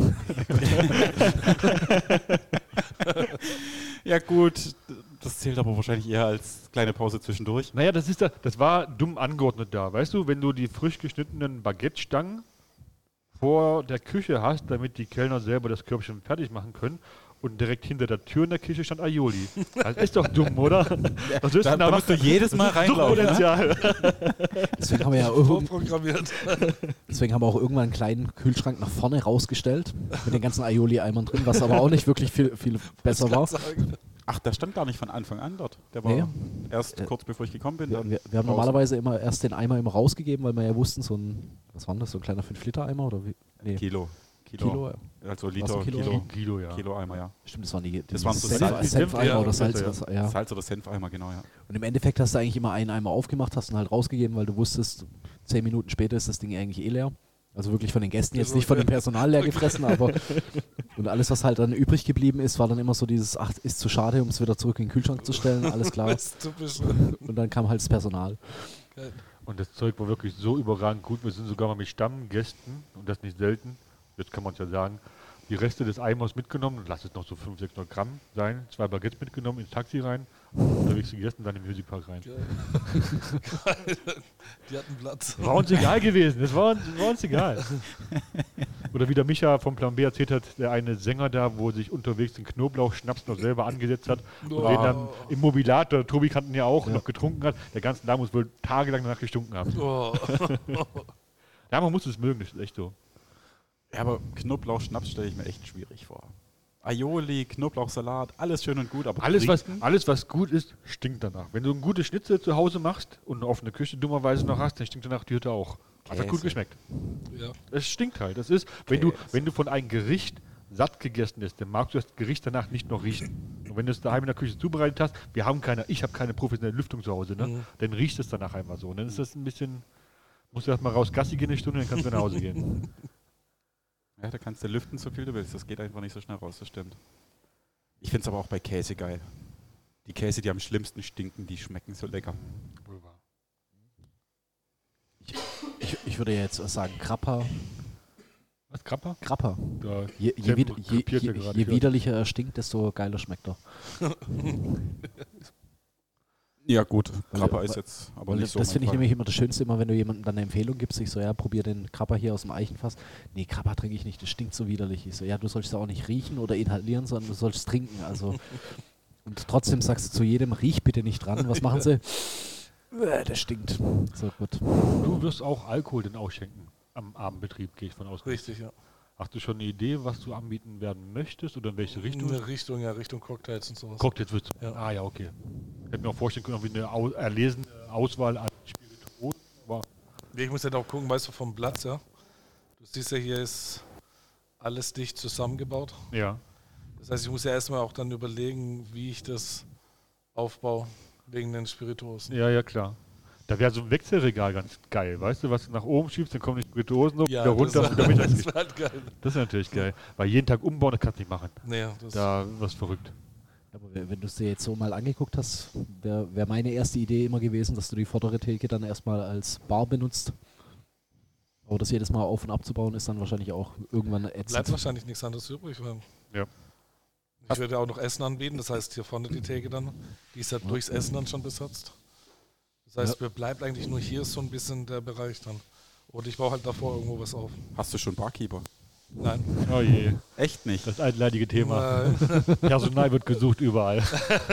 Ja gut, das zählt aber wahrscheinlich eher als kleine Pause zwischendurch. Naja, das, ist da, das war dumm angeordnet da. Weißt du, wenn du die frisch geschnittenen Baguette-Stangen vor der Küche hast, damit die Kellner selber das Körbchen fertig machen können und direkt hinter der Tür in der Küche stand Aioli. Das ist doch dumm, oder? Was ist Da, denn da da musst du jedes Mal reinlaufen. Ne? Potenzial. Deswegen haben wir ja irgend, Vorprogrammiert. deswegen haben wir auch irgendwann einen kleinen Kühlschrank nach vorne rausgestellt mit den ganzen Aioli-Eimern drin, was aber auch nicht wirklich viel, viel besser war. Ach, der stand gar nicht von Anfang an dort. Der war Nee. erst Äh, kurz bevor ich gekommen bin. Wir, dann wir, wir haben raus. normalerweise immer erst den Eimer immer rausgegeben, weil wir ja wussten, so ein, was war denn das, so ein kleiner fünf Liter Eimer oder wie? Nee, Kilo. Kilo. Kilo. ja. Also Was, Liter, ein Kilo? Kilo, Kilo, ja. Kilo Eimer, ja. Stimmt, das waren die, die Das waren so Senf, Salz- Senfeimer ja, oder Salz. Salz, was- ja. Salz- oder Senfeimer, genau, ja. Und im Endeffekt hast du eigentlich immer einen Eimer aufgemacht, hast ihn halt rausgegeben, weil du wusstest, zehn Minuten später ist das Ding eigentlich eh leer. Also wirklich von den Gästen, jetzt Das nicht von dem okay. Personal leer gefressen, aber und alles, was halt dann übrig geblieben ist, war dann immer so dieses, ach, ist zu schade, um es wieder zurück in den Kühlschrank zu stellen, alles klar. Das ist typisch. Und dann kam halt das Personal. Und das Zeug war wirklich so überragend gut. Wir sind sogar mal mit Stammgästen, und das nicht selten, jetzt kann man es ja sagen, die Reste des Eimers mitgenommen, und lass es noch so fünfhundert, sechshundert Gramm sein, zwei Baguettes mitgenommen, ins Taxi rein, unterwegs gegessen, dann im Musicpark rein. Die hatten Platz. War uns egal gewesen, das war, uns- war uns egal. Oder wie der Micha vom Plan B erzählt hat, der eine Sänger da, wo sich unterwegs den Knoblauchschnaps noch selber angesetzt hat und Oh. den dann im Mobilat, der Tobi kannten ja auch, Ja. noch getrunken hat. Der ganze Tag muss wohl tagelang danach gestunken haben. Oh. Ja, man muss es mögen, das ist echt so. Ja, aber Knoblauchschnaps stelle ich mir echt schwierig vor. Aioli, Knoblauchsalat, alles schön und gut, aber Alles was, trinken? alles, was gut ist, stinkt danach. Wenn du ein gutes Schnitzel zu Hause machst und eine offene Küche dummerweise noch hast, dann stinkt danach die Hütte auch. Hat Käse. gut geschmeckt. Ja. Es stinkt halt. Das ist, wenn du, Käse. wenn du von einem Gericht satt gegessen bist, dann magst du das Gericht danach nicht noch riechen. Und wenn du es daheim in der Küche zubereitet hast, wir haben keine, ich habe keine professionelle Lüftung zu Hause, ne? Mhm. Dann riecht es danach einmal so. Und dann ist das ein bisschen, musst du erst mal raus Gassi gehen eine Stunde, dann kannst du nach Hause gehen. Ja, da kannst du lüften, so viel du willst. Das geht einfach nicht so schnell raus, das stimmt. Ich finde es aber auch bei Käse geil. Die Käse, die am schlimmsten stinken, die schmecken so lecker. Ich, ich würde jetzt sagen Krapper, Was, Krapper? Grappa. Da Je, je, wid- je, krepiert er je, gerade je schon. widerlicher er stinkt, desto geiler schmeckt er. Ja gut, Krapper Weil- ist jetzt aber Weil nicht das so das mein finde ich Fall. nämlich immer das Schönste, immer wenn du jemandem dann eine Empfehlung gibst. Ich so, ja, probier den Krapper hier aus dem Eichenfass. Nee, Krapper trinke ich nicht, das stinkt so widerlich. Ich so, ja, du sollst auch nicht riechen oder inhalieren, sondern du sollst trinken. Also, und trotzdem sagst du zu jedem, riech bitte nicht dran. Was machen sie? Äh, das stinkt. So, gut. Du wirst auch Alkohol denn ausschenken am Abendbetrieb, gehe ich von aus. Richtig, ja. Hast du schon eine Idee, was du anbieten werden möchtest oder in welche Richtung? Eine Richtung, ja, Richtung Cocktails und sowas. Cocktails wird's. Ja. Ah ja, okay. Hätte mir auch vorstellen können, wie eine au erlesene Auswahl an Spirituosen. Aber Ich muss halt auch gucken, weißt du, vom Platz, ja. Du siehst ja, hier ist alles dicht zusammengebaut. ja. Das heißt, ich muss ja erstmal auch dann überlegen, wie ich das aufbaue, wegen den Spirituosen. Ja, ja, klar. Da wäre so ein Wechselregal ganz geil, weißt du, was du nach oben schiebst, dann kommen die Spirituosen noch wieder runter. das, wieder mit. das wäre halt geil. Das ist natürlich geil. Weil jeden Tag umbauen, das kannst du nicht machen. Nee, das Da was verrückt. Aber wenn du es dir jetzt so mal angeguckt hast, wäre wär meine erste Idee immer gewesen, dass du die vordere Theke dann erstmal als Bar benutzt. Aber das jedes Mal auf- und abzubauen ist dann wahrscheinlich auch irgendwann bleibt ätzend. wahrscheinlich nichts anderes übrig. Weil Ja. Ich würde auch noch Essen anbieten, das heißt hier vorne die Theke dann, die ist ja durchs Essen dann schon besetzt. Das heißt, Ja. mir bleibt eigentlich nur hier so ein bisschen der Bereich dann. Und ich baue halt davor irgendwo was auf. Hast du schon Barkeeper? Nein. Oh je, Echt nicht? das einleidige Thema. Äh, Personal wird gesucht überall.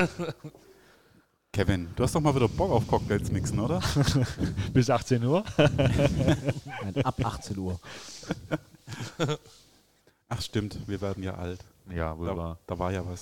Kevin, du hast doch mal wieder Bock auf Cocktails mixen, oder? Bis achtzehn Uhr. Nein, ab achtzehn Uhr. Ach stimmt, wir werden ja alt. Ja, Da, wunderbar. da war ja was.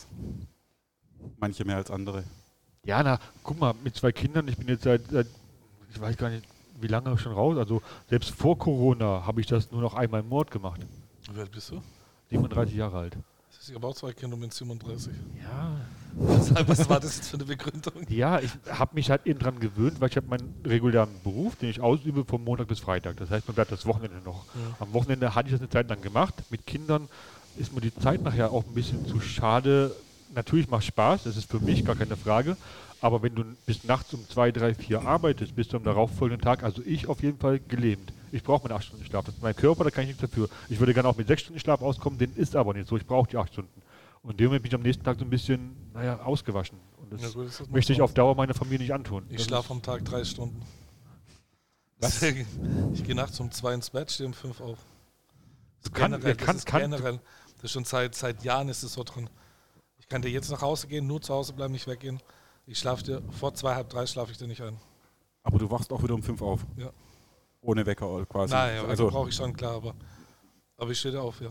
Manche mehr als andere. Ja, na, guck mal, mit zwei Kindern, ich bin jetzt seit, seit ich weiß gar nicht, wie lange schon raus. Also selbst vor Corona habe ich das nur noch einmal im Monat gemacht. wie alt bist du? siebenunddreißig Jahre alt. Das ist, ich habe auch zwei Kinder und bin siebenunddreißig. Ja. Deshalb, was war das jetzt für eine Begründung? Ja, ich habe mich halt eben dran gewöhnt, weil ich habe meinen regulären Beruf, den ich ausübe, von Montag bis Freitag. Das heißt, man bleibt das Wochenende noch. Ja. Am Wochenende hatte ich das eine Zeit lang gemacht. Mit Kindern ist mir die Zeit nachher auch ein bisschen zu schade. Natürlich macht Spaß, das ist für mich gar keine Frage. Aber wenn du bis nachts um zwei, drei, vier arbeitest, bist du am darauffolgenden Tag, also ich auf jeden Fall gelähmt. Ich brauche meinen acht Stunden Schlaf. Das ist mein Körper, da kann ich nichts dafür. Ich würde gerne auch mit sechs Stunden Schlaf auskommen, den ist aber nicht so. Ich brauche die acht Stunden. Und in dem Moment bin ich am nächsten Tag so ein bisschen, naja, ausgewaschen. Und das Ja, gut, das möchte ich macht auf Dauer meiner Familie nicht antun. Ich Das schlafe am Tag drei Stunden. Was? Deswegen, ich gehe nachts um zwei ins Bett, stehe um fünf auf. Das ist Kann- generell, kann- das ist kann- generell, das ist schon seit, seit Jahren ist es so drin. Ich kann dir jetzt nach Hause gehen, nur zu Hause bleiben, nicht weggehen. Ich schlafe dir, vor zwei, halb drei schlafe ich dir nicht ein. Aber du wachst auch wieder um fünf auf. Ja. Ohne Wecker quasi. Nein, aber also, brauche ich schon, klar, aber, aber ich stehe da auf, ja.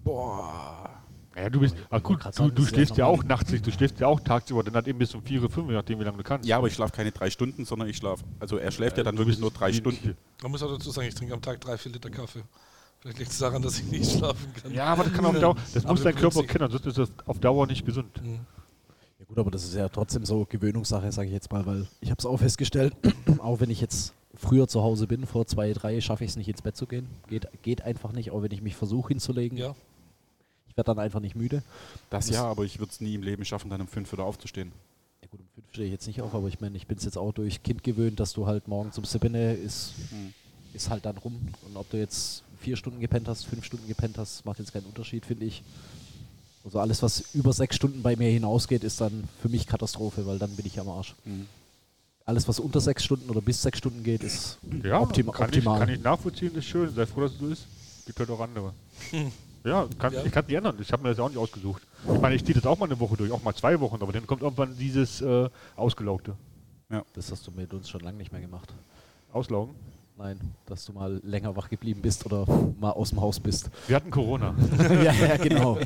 boah. Ja, du bist, ah, gut, grad du, sagen, du das ist schläfst ja ja auch normal. nachts nicht, du schläfst ja auch tagsüber, dann hat eben bis um vier, fünf, je nachdem, wie lange du kannst. Ja, aber ich schlafe keine drei Stunden, sondern ich schlafe. Also er schläft ja dann Du wirklich bist nur drei wie- Stunden. Man muss auch dazu sagen, ich trinke am Tag drei, vier Liter Kaffee. Vielleicht liegt es daran, dass ich nicht schlafen kann. Ja, aber das kann auf Dauer, das Aber muss im dein Körper Prinzip- kennen, sonst ist das auf Dauer nicht gesund. Mhm. Ja gut, aber das ist ja trotzdem so Gewöhnungssache, sage ich jetzt mal, weil ich habe es auch festgestellt, auch wenn ich jetzt früher zu Hause bin, vor zwei, drei, schaffe ich es nicht ins Bett zu gehen. Geht, geht einfach nicht, auch wenn ich mich versuche hinzulegen. Ja, Ich werde dann einfach nicht müde. Das Das- ja, aber ich würde es nie im Leben schaffen, dann um fünf wieder aufzustehen. Ja gut, um fünf stehe ich jetzt nicht auf, aber ich meine, ich bin es jetzt auch durch Kind gewöhnt, dass du halt morgens um siebene ist, Hm. ist halt dann rum. Und ob du jetzt vier Stunden gepennt hast, fünf Stunden gepennt hast, macht jetzt keinen Unterschied, finde ich. Also alles, was über sechs Stunden bei mir hinausgeht, ist dann für mich Katastrophe, weil dann bin ich am Arsch. Hm. Alles, was unter sechs Stunden oder bis sechs Stunden geht, ist Ja, optima kann, optimal. Ich, kann ich nachvollziehen, ist schön, sei froh, dass es so ist. Gibt halt auch andere. Ja, kann, Ja. ich kann es nicht ändern, ich habe mir das ja auch nicht ausgesucht. Ich meine, ich ziehe das auch mal eine Woche durch, auch mal zwei Wochen, aber dann kommt irgendwann dieses äh, Ausgelaugte. Das hast du mit uns schon lange nicht mehr gemacht. Auslaugen. Nein, dass du mal länger wach geblieben bist oder mal aus dem Haus bist. Wir hatten Corona. ja, ja, genau.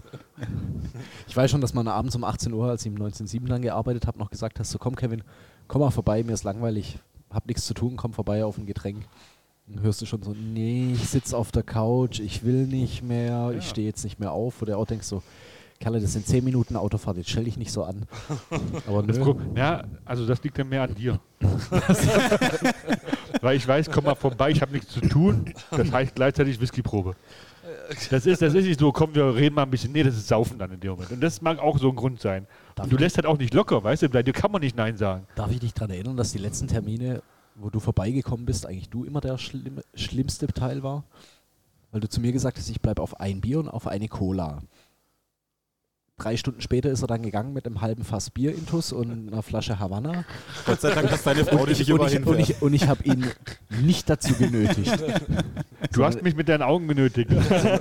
Ich weiß schon, dass man abends um achtzehn Uhr, als ich im neunzehn sieben dann gearbeitet habe, noch gesagt hast, so komm Kevin, komm mal vorbei, mir ist langweilig, hab nichts zu tun, komm vorbei auf ein Getränk. Dann hörst du schon so, nee, ich sitze auf der Couch, ich will nicht mehr, ich Ja. stehe jetzt nicht mehr auf. Oder auch denkst so, Kerle, das sind zehn Minuten Autofahrt, jetzt stell dich nicht so an. Aber Das nö. Pro- ja, also das liegt dann mehr an dir. Weil ich weiß, komm mal vorbei, ich habe nichts zu tun. Das heißt gleichzeitig Whiskyprobe. Das ist, das ist nicht so, komm, wir reden mal ein bisschen. Nee, das ist Saufen dann in dem Moment. Und das mag auch so ein Grund sein. Darf Und du ich- lässt halt auch nicht locker, weißt du? Bei dir kann man nicht Nein sagen. Darf ich dich daran erinnern, dass die letzten Termine, wo du vorbeigekommen bist, eigentlich du immer der schlimm, schlimmste Teil war? Weil du zu mir gesagt hast, ich bleibe auf ein Bier und auf eine Cola. Drei Stunden später ist er dann gegangen mit einem halben Fass Bier intus und einer Flasche Havanna. Gott sei Dank, dass deine Frau dich nicht und überall ich, und ich, und ich habe ihn nicht dazu genötigt. Du hast mich mit deinen Augen genötigt.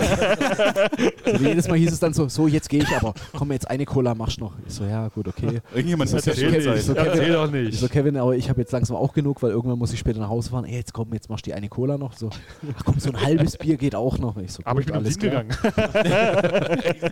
So, jedes Mal hieß es dann so, so jetzt gehe ich, aber komm, jetzt eine Cola machst du noch. Ich so, ja gut, okay. Irgendjemand muss ja Erzähl schuld nicht. sein. So, Erzähl doch Ich nicht. so, Kevin, aber ich habe jetzt langsam auch genug, weil irgendwann muss ich später nach Hause fahren. Ey, jetzt komm, jetzt machst du die eine Cola noch. So, ach komm, so ein halbes Bier geht auch noch. Ich so, Aber ich gut, bin um alles sieben klar. gegangen.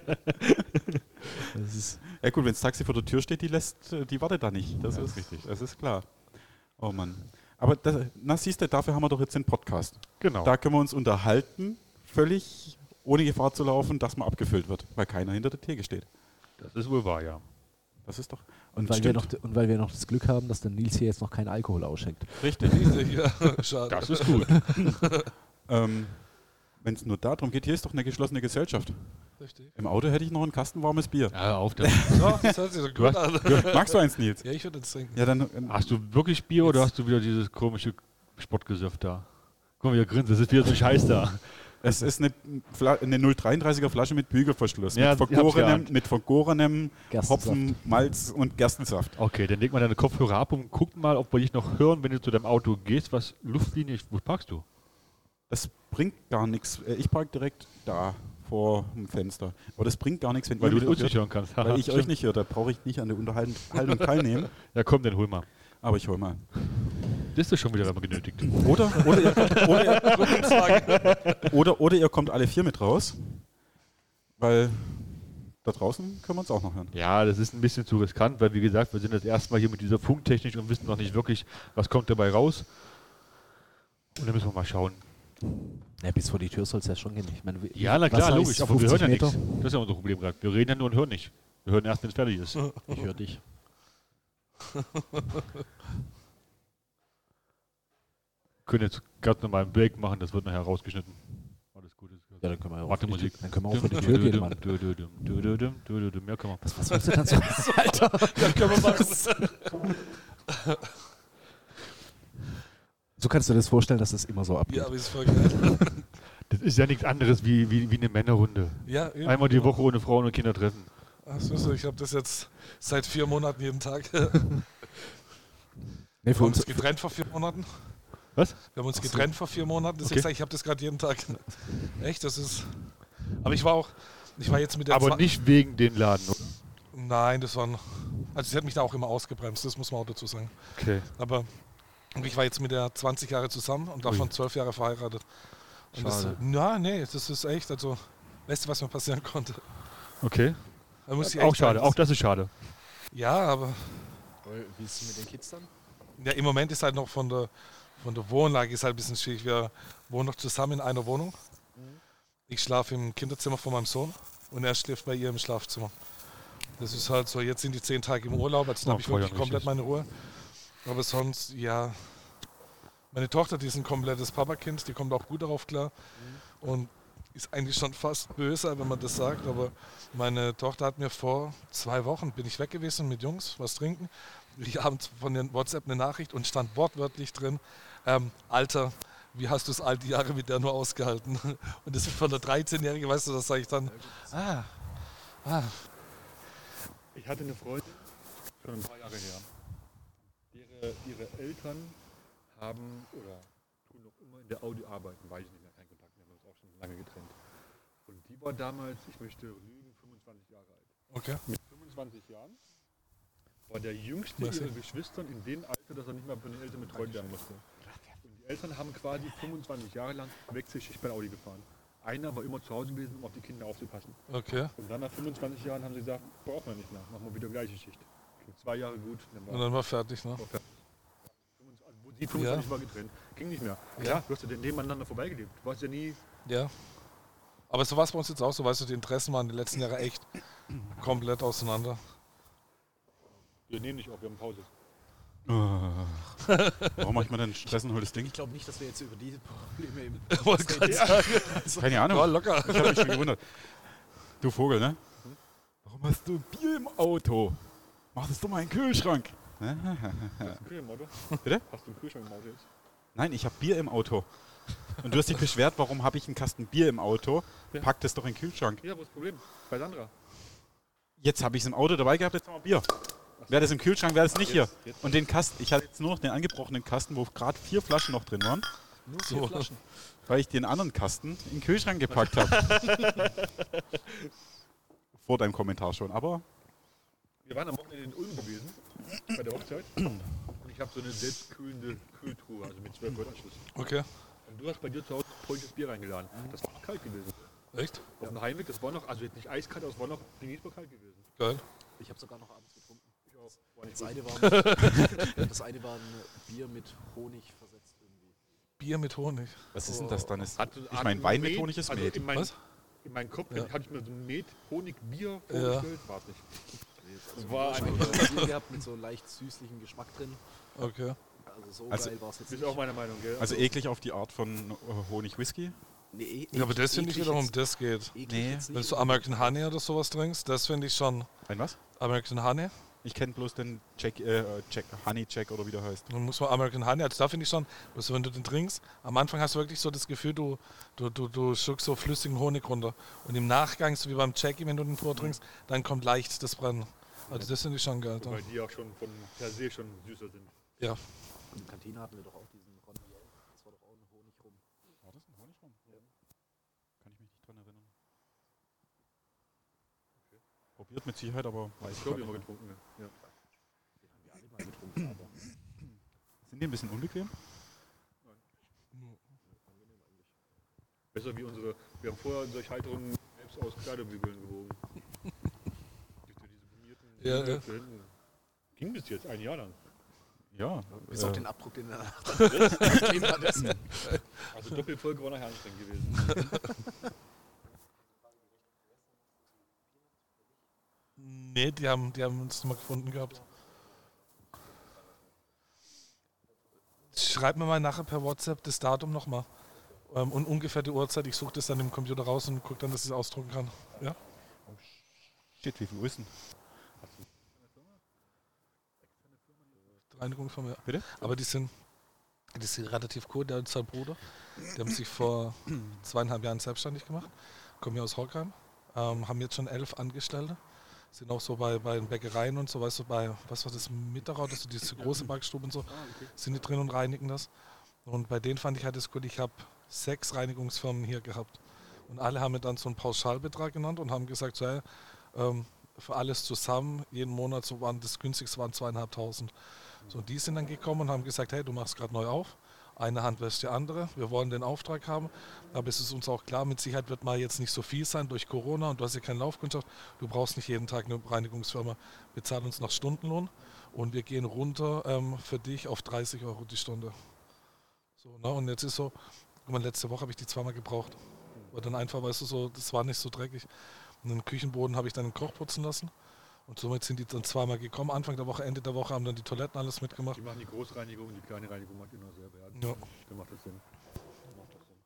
Das ist, Ja gut, wenn das Taxi vor der Tür steht, die lässt, äh, die wartet da nicht. Das Ja, ist richtig. Das ist klar. Oh Mann. Aber das, na siehst du, dafür haben wir doch jetzt den Podcast. Genau. Da können wir uns unterhalten, völlig ohne Gefahr zu laufen, dass man abgefüllt wird, weil keiner hinter der Theke steht. Das ist wohl wahr, ja. Das ist doch. und, weil wir noch, und weil wir noch das Glück haben, dass der Nils hier jetzt noch keinen Alkohol ausschenkt. Richtig. Ja, schade. Das ist gut. ähm, wenn es nur darum geht, hier ist doch eine geschlossene Gesellschaft. Richtig. Im Auto hätte ich noch ein Kasten warmes Bier. Ja, auf der. So, das hört sich so Du gut hast- an. Magst du eins, Nils? Ja, ich würde das trinken. Ja, dann. äh, Hast du wirklich Bier oder hast du wieder dieses komische Sportgesöff da? Guck mal, wie er grinst, das ist wieder so scheiß da. Es ist eine, Fla eine null Komma dreiunddreißiger Flasche mit Bügelverschluss. Ja, mit, ich hab's vergorenem, geahnt. mit vergorenem Gerstensaft. Hopfen, Malz und Gerstensaft. Okay, dann leg mal deine Kopfhörer ab und guck mal, ob wir dich noch hören, wenn du zu deinem Auto gehst, was Luftlinie ist. Wo parkst du? Das bringt gar nichts. Äh, Ich parke direkt da vor dem Fenster. Aber das bringt gar nichts, wenn Weil ihr du mich uns nicht hört, hören kannst. weil Haha, ich euch stimmt. nicht höre. Da brauche ich nicht an der Unterhaltung teilnehmen. Ja, komm, dann hol mal. Aber ich hol mal. Das ist schon wieder einmal genötigt. Oder, oder, ihr kommt, oder, ihr, oder, oder ihr kommt alle vier mit raus. Weil da draußen können wir uns auch noch hören. Ja, das ist ein bisschen zu riskant, weil wie gesagt, wir sind das erste Mal hier mit dieser Funktechnik und wissen noch nicht wirklich, was kommt dabei raus. Und dann müssen wir mal schauen. Ja, bis vor die Tür soll es ja schon gehen. Ich meine, Ja, na was klar, heißt logisch, aber wir hören ja fünfzig nichts. Das ist ja unser Problem gerade. Wir reden ja nur und hören nicht. Wir hören erst, wenn es fertig ist. Ich höre dich. Wir können jetzt ganz normal einen Break machen, das wird nachher rausgeschnitten. Alles gut ist. Ja, dann können wir ja auch Warte, vor die Tür- Musik. Dann können wir auch vor die Tür gehen, Mann. Mehr können wir. Was, was willst du dann so? Alter. Ja, können wir machen. So kannst du dir das vorstellen, dass das immer so abgeht. Ja, aber ist voll geil. Das ist ja nichts anderes wie, wie, wie eine Männerrunde. Ja, eben. Einmal die Woche ohne Frauen und Kinder treffen. Ach so, ich habe das jetzt seit vier Monaten jeden Tag. Nee, Wir für haben uns, uns getrennt vor vier Monaten. Was? Wir haben uns Ach so. getrennt vor vier Monaten. Deswegen Okay. sage ich, ich habe das gerade jeden Tag. Echt, das ist. Aber ich war auch. Ich war jetzt mit der. Aber Zwa- nicht wegen den Laden, oder? Nein, das waren. Also, sie hat mich da auch immer ausgebremst, das muss man auch dazu sagen. Okay. Aber ich war jetzt mit der zwanzig Jahre zusammen und davon Ui. zwölf Jahre verheiratet. Und das, Schade. na, nee, das ist echt, also, Beste, was mir passieren konnte. Okay. Da muss ich Auch echt schade, sagen, auch das ist schade. Ja, aber wie ist es mit den Kids dann? ja, im Moment ist halt noch von der, von der Wohnlage ist halt ein bisschen schwierig. Wir wohnen noch zusammen in einer Wohnung. Ich schlafe im Kinderzimmer von meinem Sohn und er schläft bei ihr im Schlafzimmer. Das ist halt so, jetzt sind die zehn Tage im Urlaub, jetzt Oh, habe ich voll wirklich ja komplett richtig. meine Ruhe. Aber sonst, ja, meine Tochter, die ist ein komplettes Papakind, die kommt auch gut darauf klar und ist eigentlich schon fast böse, wenn man das sagt, aber meine Tochter hat mir vor zwei Wochen, bin ich weg gewesen mit Jungs, was trinken, ich abends von den WhatsApp eine Nachricht und stand wortwörtlich drin, ähm, Alter, wie hast du es all die Jahre mit der nur ausgehalten? Und das ist von der dreizehnjährigen, weißt du, das sage ich dann, ah, ah, Ich hatte eine Freundin, schon ein paar Jahre her. Ihre, ihre Eltern haben oder tun noch immer in der Audi arbeiten, weiß ich nicht mehr, kein Kontakt mehr, wir haben uns auch schon lange getrennt. Und die war damals, ich möchte lügen, fünfundzwanzig Jahre alt. okay. Mit fünfundzwanzig Jahren war der jüngste Merci. ihrer Geschwistern in dem Alter, dass er nicht mehr von den Eltern betreut werden musste. Und die Eltern haben quasi fünfundzwanzig Jahre lang Wechselschicht bei Audi gefahren. Einer war immer zu Hause gewesen, um auf die Kinder aufzupassen. Okay. Und dann nach fünfundzwanzig Jahren haben sie gesagt, brauchen wir nicht mehr, machen wir wieder gleiche Schicht. Ging zwei Jahre gut, dann war Und dann war fertig, ne? war fertig. fünfundzwanzig, wo die fünfundzwanzig war getrennt, ging nicht mehr. Ja. Klar, du hast ja nebeneinander vorbeigelebt. Du warst ja nie. Ja. Aber so war es bei uns jetzt auch so, weißt du, die Interessen waren die letzten Jahre echt komplett auseinander. Wir nehmen nicht auf, wir haben Pause. Warum mache ich mir denn Stress und hol das Ding? Ich glaube nicht, dass wir jetzt über diese Probleme im Wollte gerade sagen. Keine Ahnung. War locker. Ich habe mich schon gewundert. Du Vogel, ne? Warum hast du Bier im Auto? Mach das doch mal in den Kühlschrank. Hast du einen Kühlschrank im Auto? Bitte? Hast du einen Kühlschrank im Auto jetzt? Nein, ich habe Bier im Auto. Und du hast dich beschwert, warum habe ich einen Kasten Bier im Auto? Ja. Pack das doch in den Kühlschrank. Ja, wo ist das Problem? Bei Sandra. Jetzt habe ich es im Auto dabei gehabt, jetzt haben wir Bier. Wäre das im Kühlschrank, wäre das nicht hier. Jetzt, jetzt. Und den Kasten, ich hatte jetzt nur noch den angebrochenen Kasten, wo gerade vier Flaschen noch drin waren, Nur vier So. Flaschen. weil ich den anderen Kasten in den Kühlschrank gepackt habe. Vor deinem Kommentar schon, aber Wir waren am Wochenende in Ulm gewesen, bei der Hochzeit. Und ich habe so eine selbstkühlende Kühltruhe, also mit zwölf Volt Anschluss. Okay. Und du hast bei dir zu Hause polnisches Bier reingeladen. Das war noch kalt gewesen. Echt? Auf dem Heimweg, das war noch, also jetzt nicht eiskalt, aber es war noch genießbar kalt gewesen. Geil. Ich habe sogar noch abends getrunken. Ich auch. War nicht Das gut. eine, war, das eine war ein Bier mit Honig versetzt irgendwie. Bier mit Honig. was ist denn das dann? Ist, Hat so eine ich Art meine, Wein mit Met, Honig ist also Met. In, mein, Was? in meinem Kopf Ja. hatte ich mir so ein Met, Honig, Bier Ja. vorgestellt. War es nicht. Also War wahrscheinlich einfach- ein Bier gehabt mit so leicht süßlichen Geschmack drin. Okay. Also so Also, geil war es jetzt Das ist nicht. auch meine Meinung, gell? Also eklig auf die Art von äh, Honig-Whisky. Nee, Ja, aber das finde ich wiederum, jetzt- das geht. eklig Nee. jetzt nicht. Wenn du American Honey oder sowas trinkst, das finde ich schon. Ein was? American Honey. Ich kenne bloß den Jack, äh, Jack, Honey Jack oder wie der heißt. Dann muss man American Honey, also da finde ich schon, also wenn du den trinkst, am Anfang hast du wirklich so das Gefühl, du, du, du, du schluckst so flüssigen Honig runter. Und im Nachgang, so wie beim Jackie, wenn du den vortrinkst, dann kommt leicht das Brennen. Also das finde ich schon geil. Weil die auch schon von per se schon süßer sind. Ja. In der Kantine hatten wir doch auch diesen Ronnier. Das war doch auch ein Honig rum. War das ein Honig rum? Ja. Kann ich mich nicht dran erinnern. Probiert mit Sicherheit, aber weiß Ich ich glaube, gar immer nicht. getrunken. Ja. Den haben wir alle mal getrunken, aber Sind die ein bisschen unbequem? Besser wie unsere. Wir haben vorher durch Halterungen selbst aus Kleiderbügeln gewogen. Durch diese gummierten Ja, Bügel ja. für hinten. Ging bis jetzt ein Jahr lang. Ja. bis äh, auf den Abdruck, den er nachdem war das. Also Doppelfolge war nachher anstrengend gewesen. Nee, die haben, die haben uns mal gefunden gehabt. Schreib mir mal nachher per WhatsApp das Datum nochmal. Ähm, und ungefähr die Uhrzeit. Ich suche das dann im Computer raus und gucke dann, dass ich es ausdrucken kann. Ja? Shit, wie viel Uhr ist denn? Reinigungsfirma, ja. Bitte? Aber die sind, die sind relativ cool. Der und sein Bruder, die haben sich vor zweieinhalb Jahren selbstständig gemacht. Kommen hier aus Horkheim. Ähm, haben jetzt schon elf Angestellte. Sind auch so bei, bei den Bäckereien und so, weißt du, bei, was war das, Mittag, das so diese große Backstube und so, sind die drin und reinigen das. Und bei denen fand ich halt das gut, ich habe sechs Reinigungsfirmen hier gehabt. Und alle haben mir dann so einen Pauschalbetrag genannt und haben gesagt, so, hey, ähm, für alles zusammen, jeden Monat, so waren das günstigste waren zweieinhalbtausend. So, und die sind dann gekommen und haben gesagt, hey, du machst gerade neu auf. Eine Hand wäscht die andere. Wir wollen den Auftrag haben. Aber es ist uns auch klar, mit Sicherheit wird mal jetzt nicht so viel sein durch Corona und du hast ja keine Laufkundschaft. Du brauchst nicht jeden Tag eine Reinigungsfirma. Wir zahlen uns nach Stundenlohn und wir gehen runter ähm, für dich auf dreißig Euro die Stunde. So, ne? Und jetzt ist so, guck mal, letzte Woche habe ich die zweimal gebraucht. Weil dann einfach, weißt du, so, das war nicht so dreckig. Und den Küchenboden habe ich dann den Koch putzen lassen. Und somit sind die dann zweimal gekommen. Anfang der Woche, Ende der Woche haben dann die Toiletten alles mitgemacht. Die machen die Großreinigung, die kleine Reinigung macht ihr nur selber. Ja, Ja. Dann macht das Sinn. Dann macht das Sinn.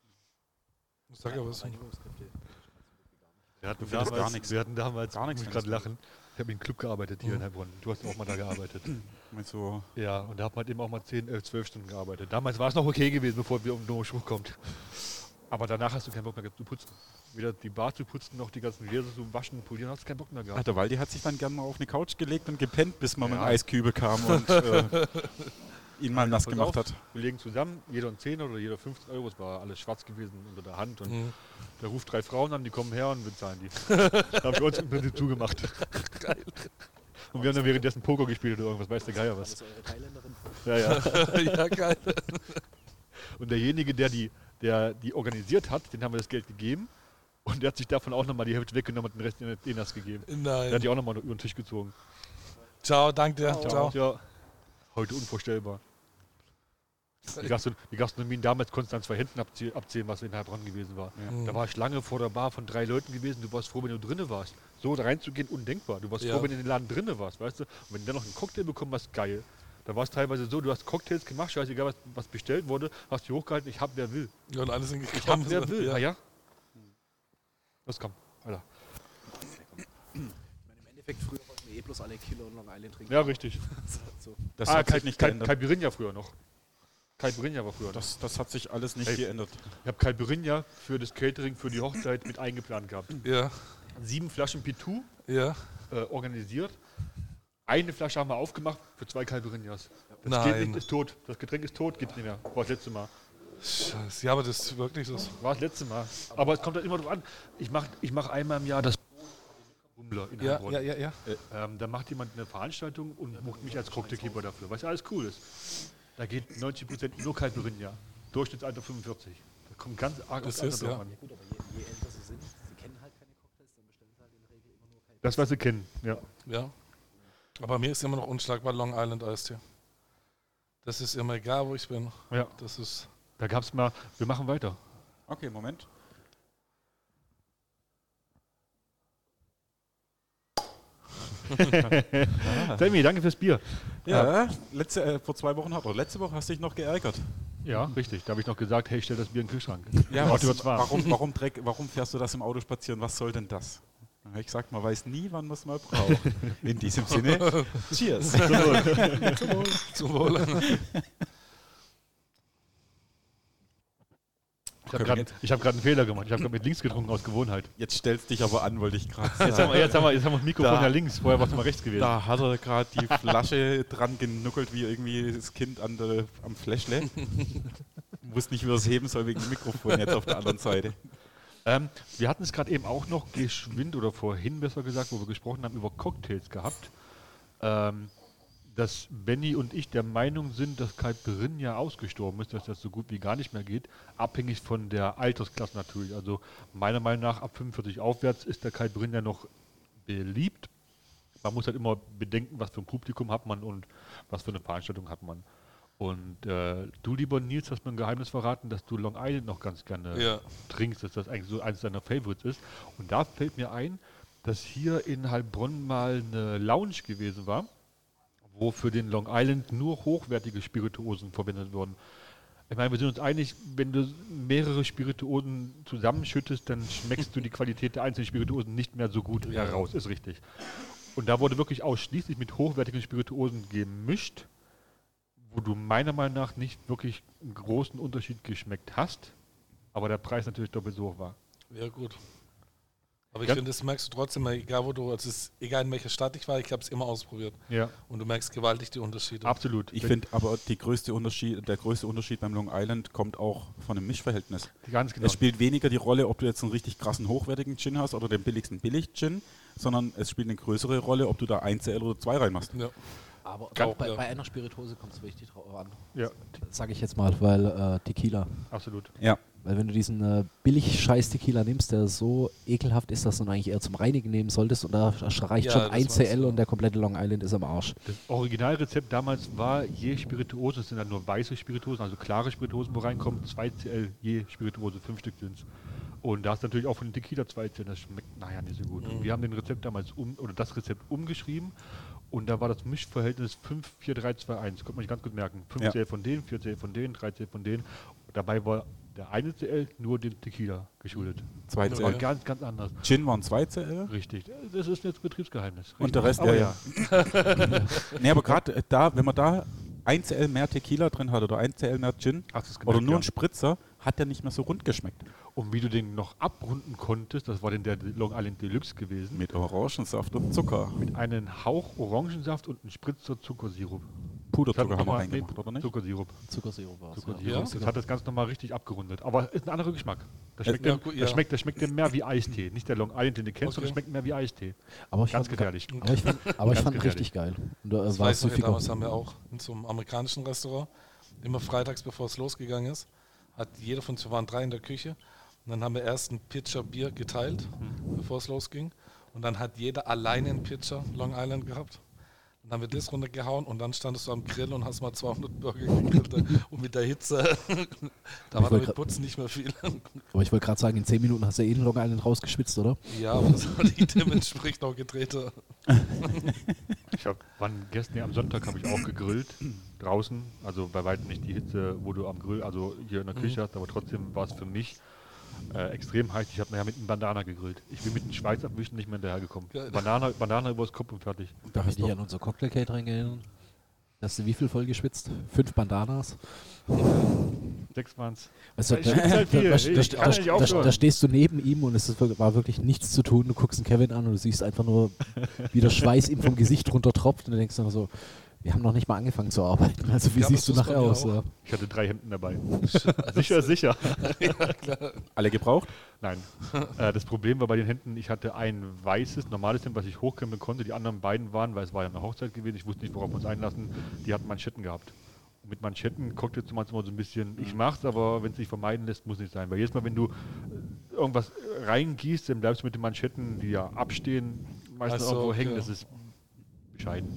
Ich sag ja was. Reinigungskräfte. Wir hatten Du findest damals, gar nichts. Wir hatten damals, Gar nichts muss ich gerade findest du. lachen. Ich habe in einem Club gearbeitet hier in Heilbronn. Du hast auch mal da gearbeitet. Mit so Ja, und da hat man eben auch mal zehn, elf, zwölf Stunden gearbeitet. Damals war es noch okay gewesen, bevor wir um den Spruch kommt. Aber danach hast du keinen Bock mehr gehabt zu putzen. Weder die Bar zu putzen, noch die ganzen Gläser zu waschen, polieren, hast du keinen Bock mehr Ach, gehabt. der Waldi hat sich dann gerne mal auf eine Couch gelegt und gepennt, bis man Ja. mit dem Eiskübel kam und äh, ihn mal nass Pass gemacht auf, hat. Wir legen zusammen, jeder ein zehn oder jeder fünfzehn Euro, es war alles schwarz gewesen unter der Hand. Und Mhm. der ruft drei Frauen an, die kommen her und bezahlen die. Da haben wir uns im Prinzip zugemacht. Geil. Und wir haben dann währenddessen Poker gespielt oder irgendwas, weiß der Geier War was. das eure Thailänderin? Ja, ja. Ja, geil. Und derjenige, der die, der die organisiert hat, den haben wir das Geld gegeben. Und der hat sich davon auch nochmal die Hälfte weggenommen und den Rest in den das gegeben. Der hat Nein. die auch nochmal über den Tisch gezogen. Ciao, danke dir. Ciao. Ja, heute unvorstellbar. Die, Gaston die Gastronomien damals konntest du an zwei Händen abzie abzählen, was in Heilbronn gewesen war. Mhm. Da war Schlange vor der Bar von drei Leuten gewesen. Du warst froh, wenn du drinnen warst. So da reinzugehen, undenkbar. Du warst Ja. froh, wenn du in den Laden drinnen warst, weißt du. Und wenn du dann noch einen Cocktail bekommen hast, geil. Da war es teilweise so, du hast Cocktails gemacht, scheißegal, was, was bestellt wurde, hast die hochgehalten, ich hab, wer will. Ja, und alle sind Ich hab, gekommen. wer will. Ja. Ah ja? Los, komm, Alter. Ich meine, im Endeffekt, früher wollten wir eh bloß alle Killer und Long Island trinken. Ja, richtig. So. Das ah, hat Kai, sich nicht Kai, geändert. Caipirinha früher noch. Caipirinha war früher. Das, das hat sich alles nicht Ey. geändert. Ich habe Caipirinha für das Catering für die Hochzeit mit eingeplant gehabt. Ja, Sieben Flaschen Pitou ja. äh, organisiert. Eine Flasche haben wir aufgemacht für zwei Caipirinhas. Das Nein. geht nicht, ist tot. Das Getränk ist tot, gibt's nicht mehr. War das letzte Mal. Scheiße. Ja, aber das ist wirklich so. War das letzte Mal. Aber es kommt halt immer drauf an. Ich mache ich mach einmal im Jahr das Bummler in Ja, Heilbronn. ja, ja, ja. Ähm, da macht jemand eine Veranstaltung und bucht mich als Cocktailkeeper dafür, was ja alles cool ist. Da geht neunzig Prozent nur Caipirinha. Durchschnittsalter fünfundvierzig. Da kommt ganz arg Das aufs Alter ist, drauf ja. an. Gut, aber je, je älter sie sind, sie kennen halt keine Cocktails, dann bestellen sie halt in der Regel immer nur Caipirinha. Das, was sie kennen, ja. Ja. Aber mir ist immer noch unschlagbar Long Island Eistee. Das ist immer egal, wo ich bin. ja. Das ist. Da gab es mal, wir machen weiter. Okay, Moment. Sammy, danke fürs Bier. Ja, letzte, äh, vor zwei Wochen hat er. Letzte Woche hast du dich noch geärgert. Ja, richtig. Da habe ich noch gesagt, hey, stell das Bier in den Kühlschrank. Ja, Auto was, wird's warm. warum, warum, Dreck, warum fährst du das im Auto spazieren? Was soll denn das? Dann habe ich gesagt, man weiß nie, wann man es mal braucht. In diesem Sinne, cheers. Zum Wohl. Ich habe gerade hab einen Fehler gemacht. Ich habe gerade mit links getrunken aus Gewohnheit. Jetzt stellst dich aber an, wollte ich gerade sagen. Jetzt haben, wir, jetzt, haben wir, jetzt haben wir das Mikrofon Da. ja links. Vorher war es mal rechts gewesen. Da hat er gerade die Flasche dran genuckelt, wie irgendwie das Kind an der, am Fläschle. Wusste nicht, wie er es heben soll wegen dem Mikrofon jetzt auf der anderen Seite. Ähm, wir hatten es gerade eben auch noch geschwind oder vorhin besser gesagt, wo wir gesprochen haben über Cocktails gehabt, ähm, dass Benny und ich der Meinung sind, dass Caipirinha ausgestorben ist, dass das so gut wie gar nicht mehr geht, abhängig von der Altersklasse natürlich. Also meiner Meinung nach ab fünfundvierzig aufwärts ist der Caipirinha noch beliebt. Man muss halt immer bedenken, was für ein Publikum hat man und was für eine Veranstaltung hat man. Und äh, du, lieber Nils, hast mir ein Geheimnis verraten, dass du Long Island noch ganz gerne Ja. trinkst, dass das eigentlich so eines deiner Favorites ist. Und da fällt mir ein, dass hier in Heilbronn mal eine Lounge gewesen war, wo für den Long Island nur hochwertige Spirituosen verwendet wurden. Ich meine, wir sind uns einig, wenn du mehrere Spirituosen zusammenschüttest, dann schmeckst du die Qualität der einzelnen Spirituosen nicht mehr so gut Ja. heraus, ist richtig. Und da wurde wirklich ausschließlich mit hochwertigen Spirituosen gemischt, wo du meiner Meinung nach nicht wirklich einen großen Unterschied geschmeckt hast, aber der Preis natürlich doppelt so hoch war. Ja, gut. Aber ich Ja. finde, das merkst du trotzdem, egal wo du, also es ist egal in welcher Stadt ich war, ich habe es immer ausprobiert. Ja, Und du merkst gewaltig die Unterschiede. absolut. Ich finde aber die größte Unterschied, der größte Unterschied beim Long Island kommt auch von dem Mischverhältnis. Ganz genau. Es spielt weniger die Rolle, ob du jetzt einen richtig krassen, hochwertigen Gin hast oder den billigsten Billig-Gin, sondern es spielt eine größere Rolle, ob du da ein C L oder zwei reinmachst. Ja. Aber Auch, bei, ja. bei einer Spirituose kommt es richtig drauf an. Ja, Sage ich jetzt mal, weil äh, Tequila. absolut. Ja. Weil wenn du diesen äh, Billig-Scheiß-Tequila nimmst, der so ekelhaft ist, dass du ihn eigentlich eher zum Reinigen nehmen solltest und da reicht Ja, schon das ein meinst C L du. und der komplette Long Island ist am Arsch. Das Originalrezept damals war je Spirituose, das sind dann nur weiße Spirituosen, also klare Spirituosen, wo reinkommen, zwei C L je Spirituose, fünf Stück sind es. Und da ist natürlich auch von den Tequila zwei C L, das schmeckt naja nicht so gut. Und wir haben den Rezept damals um, oder das Rezept umgeschrieben und da war das Mischverhältnis fünf, vier, drei, zwei, eins, konnte man sich ganz gut merken. fünf Ja. C L von denen, vier C L von denen, drei C L von denen. Und dabei war der eine C L nur dem Tequila geschuldet. zwei Das C war L. ganz, ganz anders. Gin waren zwei C L. Richtig. Das ist jetzt Betriebsgeheimnis. Und der Richtig. Rest, Aber ja, ja. Nee, aber gerade da, wenn man da ein C L mehr Tequila drin hat oder ein C L mehr Gin Hast du's oder gemerkt, nur ja. ein Spritzer, hat der nicht mehr so rund geschmeckt. Und wie du den noch abrunden konntest, das war denn der Long Island Deluxe gewesen, Mit Orangensaft und Zucker. mit einem Hauch Orangensaft und einem Spritzer Zuckersirup. Puderzucker Das hat haben wir nochmal- reingemacht, oder nicht? Zuckersirup. Zuckersirup war es. Zuckersirup. Ja? Das hat das Ganze nochmal richtig abgerundet. Aber ist ein anderer Geschmack. Das Es- schmeckt, ja, dem, gut, das ja. schmeckt, das schmeckt dem mehr wie Eistee. Nicht der Long Island, den du kennst, Okay. sondern schmeckt mehr wie Eistee. Aber ich Ganz fand, gefährlich. aber ich fand, aber ich Ganz fand gefährlich. richtig geil. Und da Das äh, war weiß ich noch, ja, süffiger. damals haben wir auch in so einem amerikanischen Restaurant, immer freitags, bevor es losgegangen ist, hat jeder von uns, wir waren drei in der Küche, und dann haben wir erst ein Pitcher Bier geteilt, bevor es losging. Und dann hat jeder alleine einen Pitcher Long Island gehabt. Dann haben wir das runtergehauen und dann standest du am Grill und hast mal zweihundert Burger gegrillt. Und mit der Hitze, da war wollte mit grad- Putzen nicht mehr viel. Aber ich wollte gerade sagen, in zehn Minuten hast du eh den Long Island rausgeschwitzt, oder? Ja, aber das war die dementsprechend auch gedrehte. Ich hab, wann gestern, nee, am Sonntag habe ich auch gegrillt, draußen. Also bei weitem nicht die Hitze, wo du am Grill, also hier in der Küche hast, aber trotzdem war es für mich äh, extrem heiß. Ich habe nachher mit einem Bandana gegrillt. Ich bin mit dem Schweiß abwischen nicht mehr hinterhergekommen. Geil. Banana, Banana übers Kopf und fertig. Da Wenn hast ich du an unser Cocktail-Catering erinnern. Hast du wie viel voll geschwitzt? Fünf Bandanas? Sechs waren's. Also, Ich da, schwitze halt viel. da, Ich da, kann da, nicht da, aufhören. da stehst du neben ihm und es ist, wirklich- war wirklich nichts zu tun. Du guckst den Kevin an und du siehst einfach nur, wie der Schweiß ihm vom Gesicht runter tropft und du denkst dann so, wir haben noch nicht mal angefangen zu arbeiten. Also wie Ja, siehst du das ist nachher bei mir aus? auch. Ja. Ich hatte drei Hemden dabei. sicher, sicher. Alle gebraucht? Nein. äh, das Problem war bei den Händen, ich hatte ein weißes, normales Hemd, was ich hochkrempeln konnte. Die anderen beiden waren, weil es war ja eine Hochzeit gewesen, ich wusste nicht, worauf wir uns einlassen, die hatten Manschetten gehabt. Und mit Manschetten guckt jetzt manchmal so ein bisschen, ich mach's, aber wenn es sich vermeiden lässt, muss nicht sein. Weil jedes Mal, wenn du äh, irgendwas reingießt, dann bleibst du mit den Manschetten, die ja abstehen, meistens Ach so, irgendwo okay. hängen. Das ist bescheiden.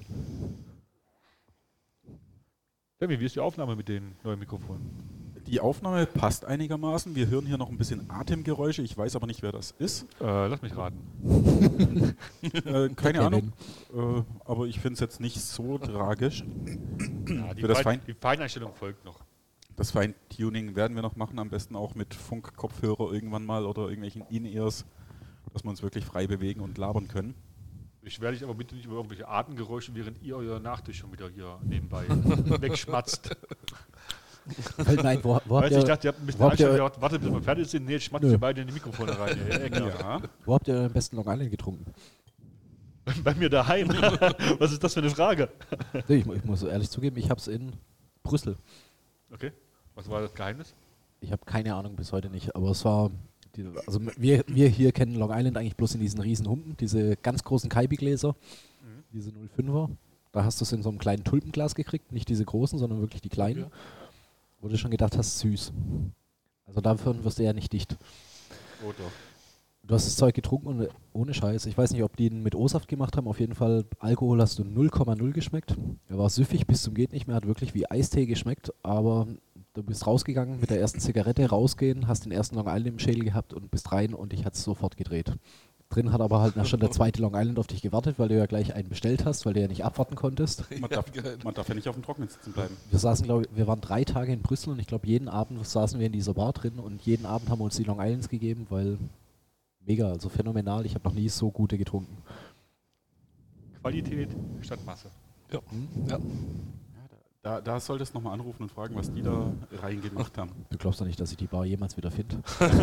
Femi, wie ist die Aufnahme mit den neuen Mikrofonen? Die Aufnahme passt einigermaßen. Wir hören hier noch ein bisschen Atemgeräusche. Ich weiß aber nicht, wer das ist. Äh, lass mich raten. Äh, keine Kevin. Ahnung. Äh, aber ich finde es jetzt nicht so tragisch. Ja, die, Für das Fein, Fein- die Feineinstellung folgt noch. Das Feintuning werden wir noch machen, am besten auch mit Funkkopfhörer irgendwann mal oder irgendwelchen In-Ears, dass wir uns wirklich frei bewegen und labern können. Ich werde dich aber bitte nicht über irgendwelche Atemgeräusche, während ihr euer Nachtisch schon wieder hier nebenbei wegschmatzt. Weil, nein, wo, wo, habt Weißt du, ich ihr, dachte, ihr habt ein bisschen wo habt ihr- Einstellung, wartet, bis wir fertig sind. Nee, jetzt schmatzt Nö. ihr beide in die Mikrofone rein. Ja, ja, klar. Ja. wo habt ihr am besten Long Island getrunken? Bei mir daheim. Was ist das für eine Frage? Nee, ich, mu- ich muss ehrlich zugeben, ich habe es in Brüssel. Okay, was war das Geheimnis? Ich habe keine Ahnung bis heute nicht, aber es war, die, also wir, wir hier kennen Long Island eigentlich bloß in diesen riesen Humpen, diese ganz großen Kaibi-Gläser, diese null Komma fünfer. Da hast du es in so einem kleinen Tulpenglas gekriegt, nicht diese großen, sondern wirklich die kleinen. Ja. Wo du schon gedacht hast, süß. Also davon wirst du ja nicht dicht. Oh doch. Du hast das Zeug getrunken und ohne Scheiß. Ich weiß nicht, ob die ihn mit O-Saft gemacht haben. Auf jeden Fall, Alkohol hast du null Komma null geschmeckt. Er war süffig bis zum geht nicht mehr, hat wirklich wie Eistee geschmeckt. Aber du bist rausgegangen, mit der ersten Zigarette rausgehen, hast den ersten Long Island im Schädel gehabt und bist rein und ich hat es sofort gedreht. Drin hat aber halt schon der zweite Long Island auf dich gewartet, weil du ja gleich einen bestellt hast, weil du ja nicht abwarten konntest. Man, darf, man darf ja nicht auf dem Trockenen sitzen bleiben. Wir saßen, glaube ich, wir waren drei Tage in Brüssel und ich glaube, jeden Abend saßen wir in dieser Bar drin und jeden Abend haben wir uns die Long Islands gegeben, weil mega, also phänomenal. Ich habe noch nie so gute getrunken. Qualität statt Masse. Ja. Ja. Da, da solltest du nochmal anrufen und fragen, was die da reingemacht haben. Du glaubst doch nicht, dass ich die Bar jemals wieder finde?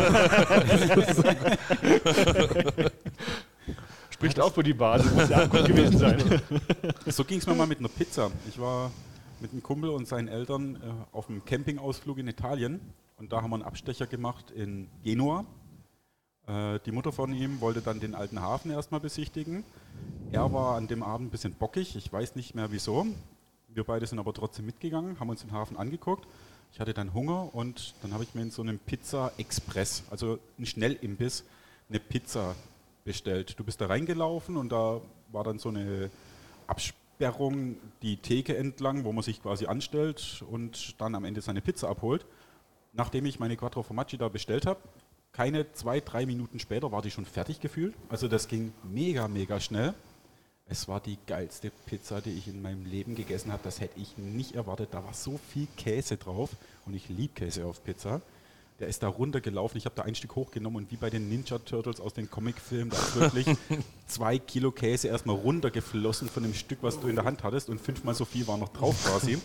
Spricht auch für die Basis, muss ja gut gewesen sein. So ging es mir mal mit einer Pizza. Ich war mit einem Kumpel und seinen Eltern äh, auf einem Campingausflug in Italien und da haben wir einen Abstecher gemacht in Genua. Äh, die Mutter von ihm wollte dann den alten Hafen erstmal besichtigen. Er war an dem Abend ein bisschen bockig, ich weiß nicht mehr wieso. Wir beide sind aber trotzdem mitgegangen, haben uns den Hafen angeguckt. Ich hatte dann Hunger und dann habe ich mir in so einem Pizza Express, also einen Schnellimbiss, eine Pizza bestellt. Du bist da reingelaufen und da war dann so eine Absperrung die Theke entlang, wo man sich quasi anstellt und dann am Ende seine Pizza abholt. Nachdem ich meine Quattro Formaggi da bestellt habe, keine zwei, drei Minuten später war die schon fertig gefühlt. Also das ging mega, mega schnell. Es war die geilste Pizza, die ich in meinem Leben gegessen habe. Das hätte ich nicht erwartet. Da war so viel Käse drauf und ich liebe Käse auf Pizza. Der ist da runtergelaufen. Ich habe da ein Stück hochgenommen und wie bei den Ninja Turtles aus den Comicfilmen, da ist wirklich zwei Kilo Käse erstmal runtergeflossen von dem Stück, was du in der Hand hattest und fünfmal so viel war noch drauf quasi.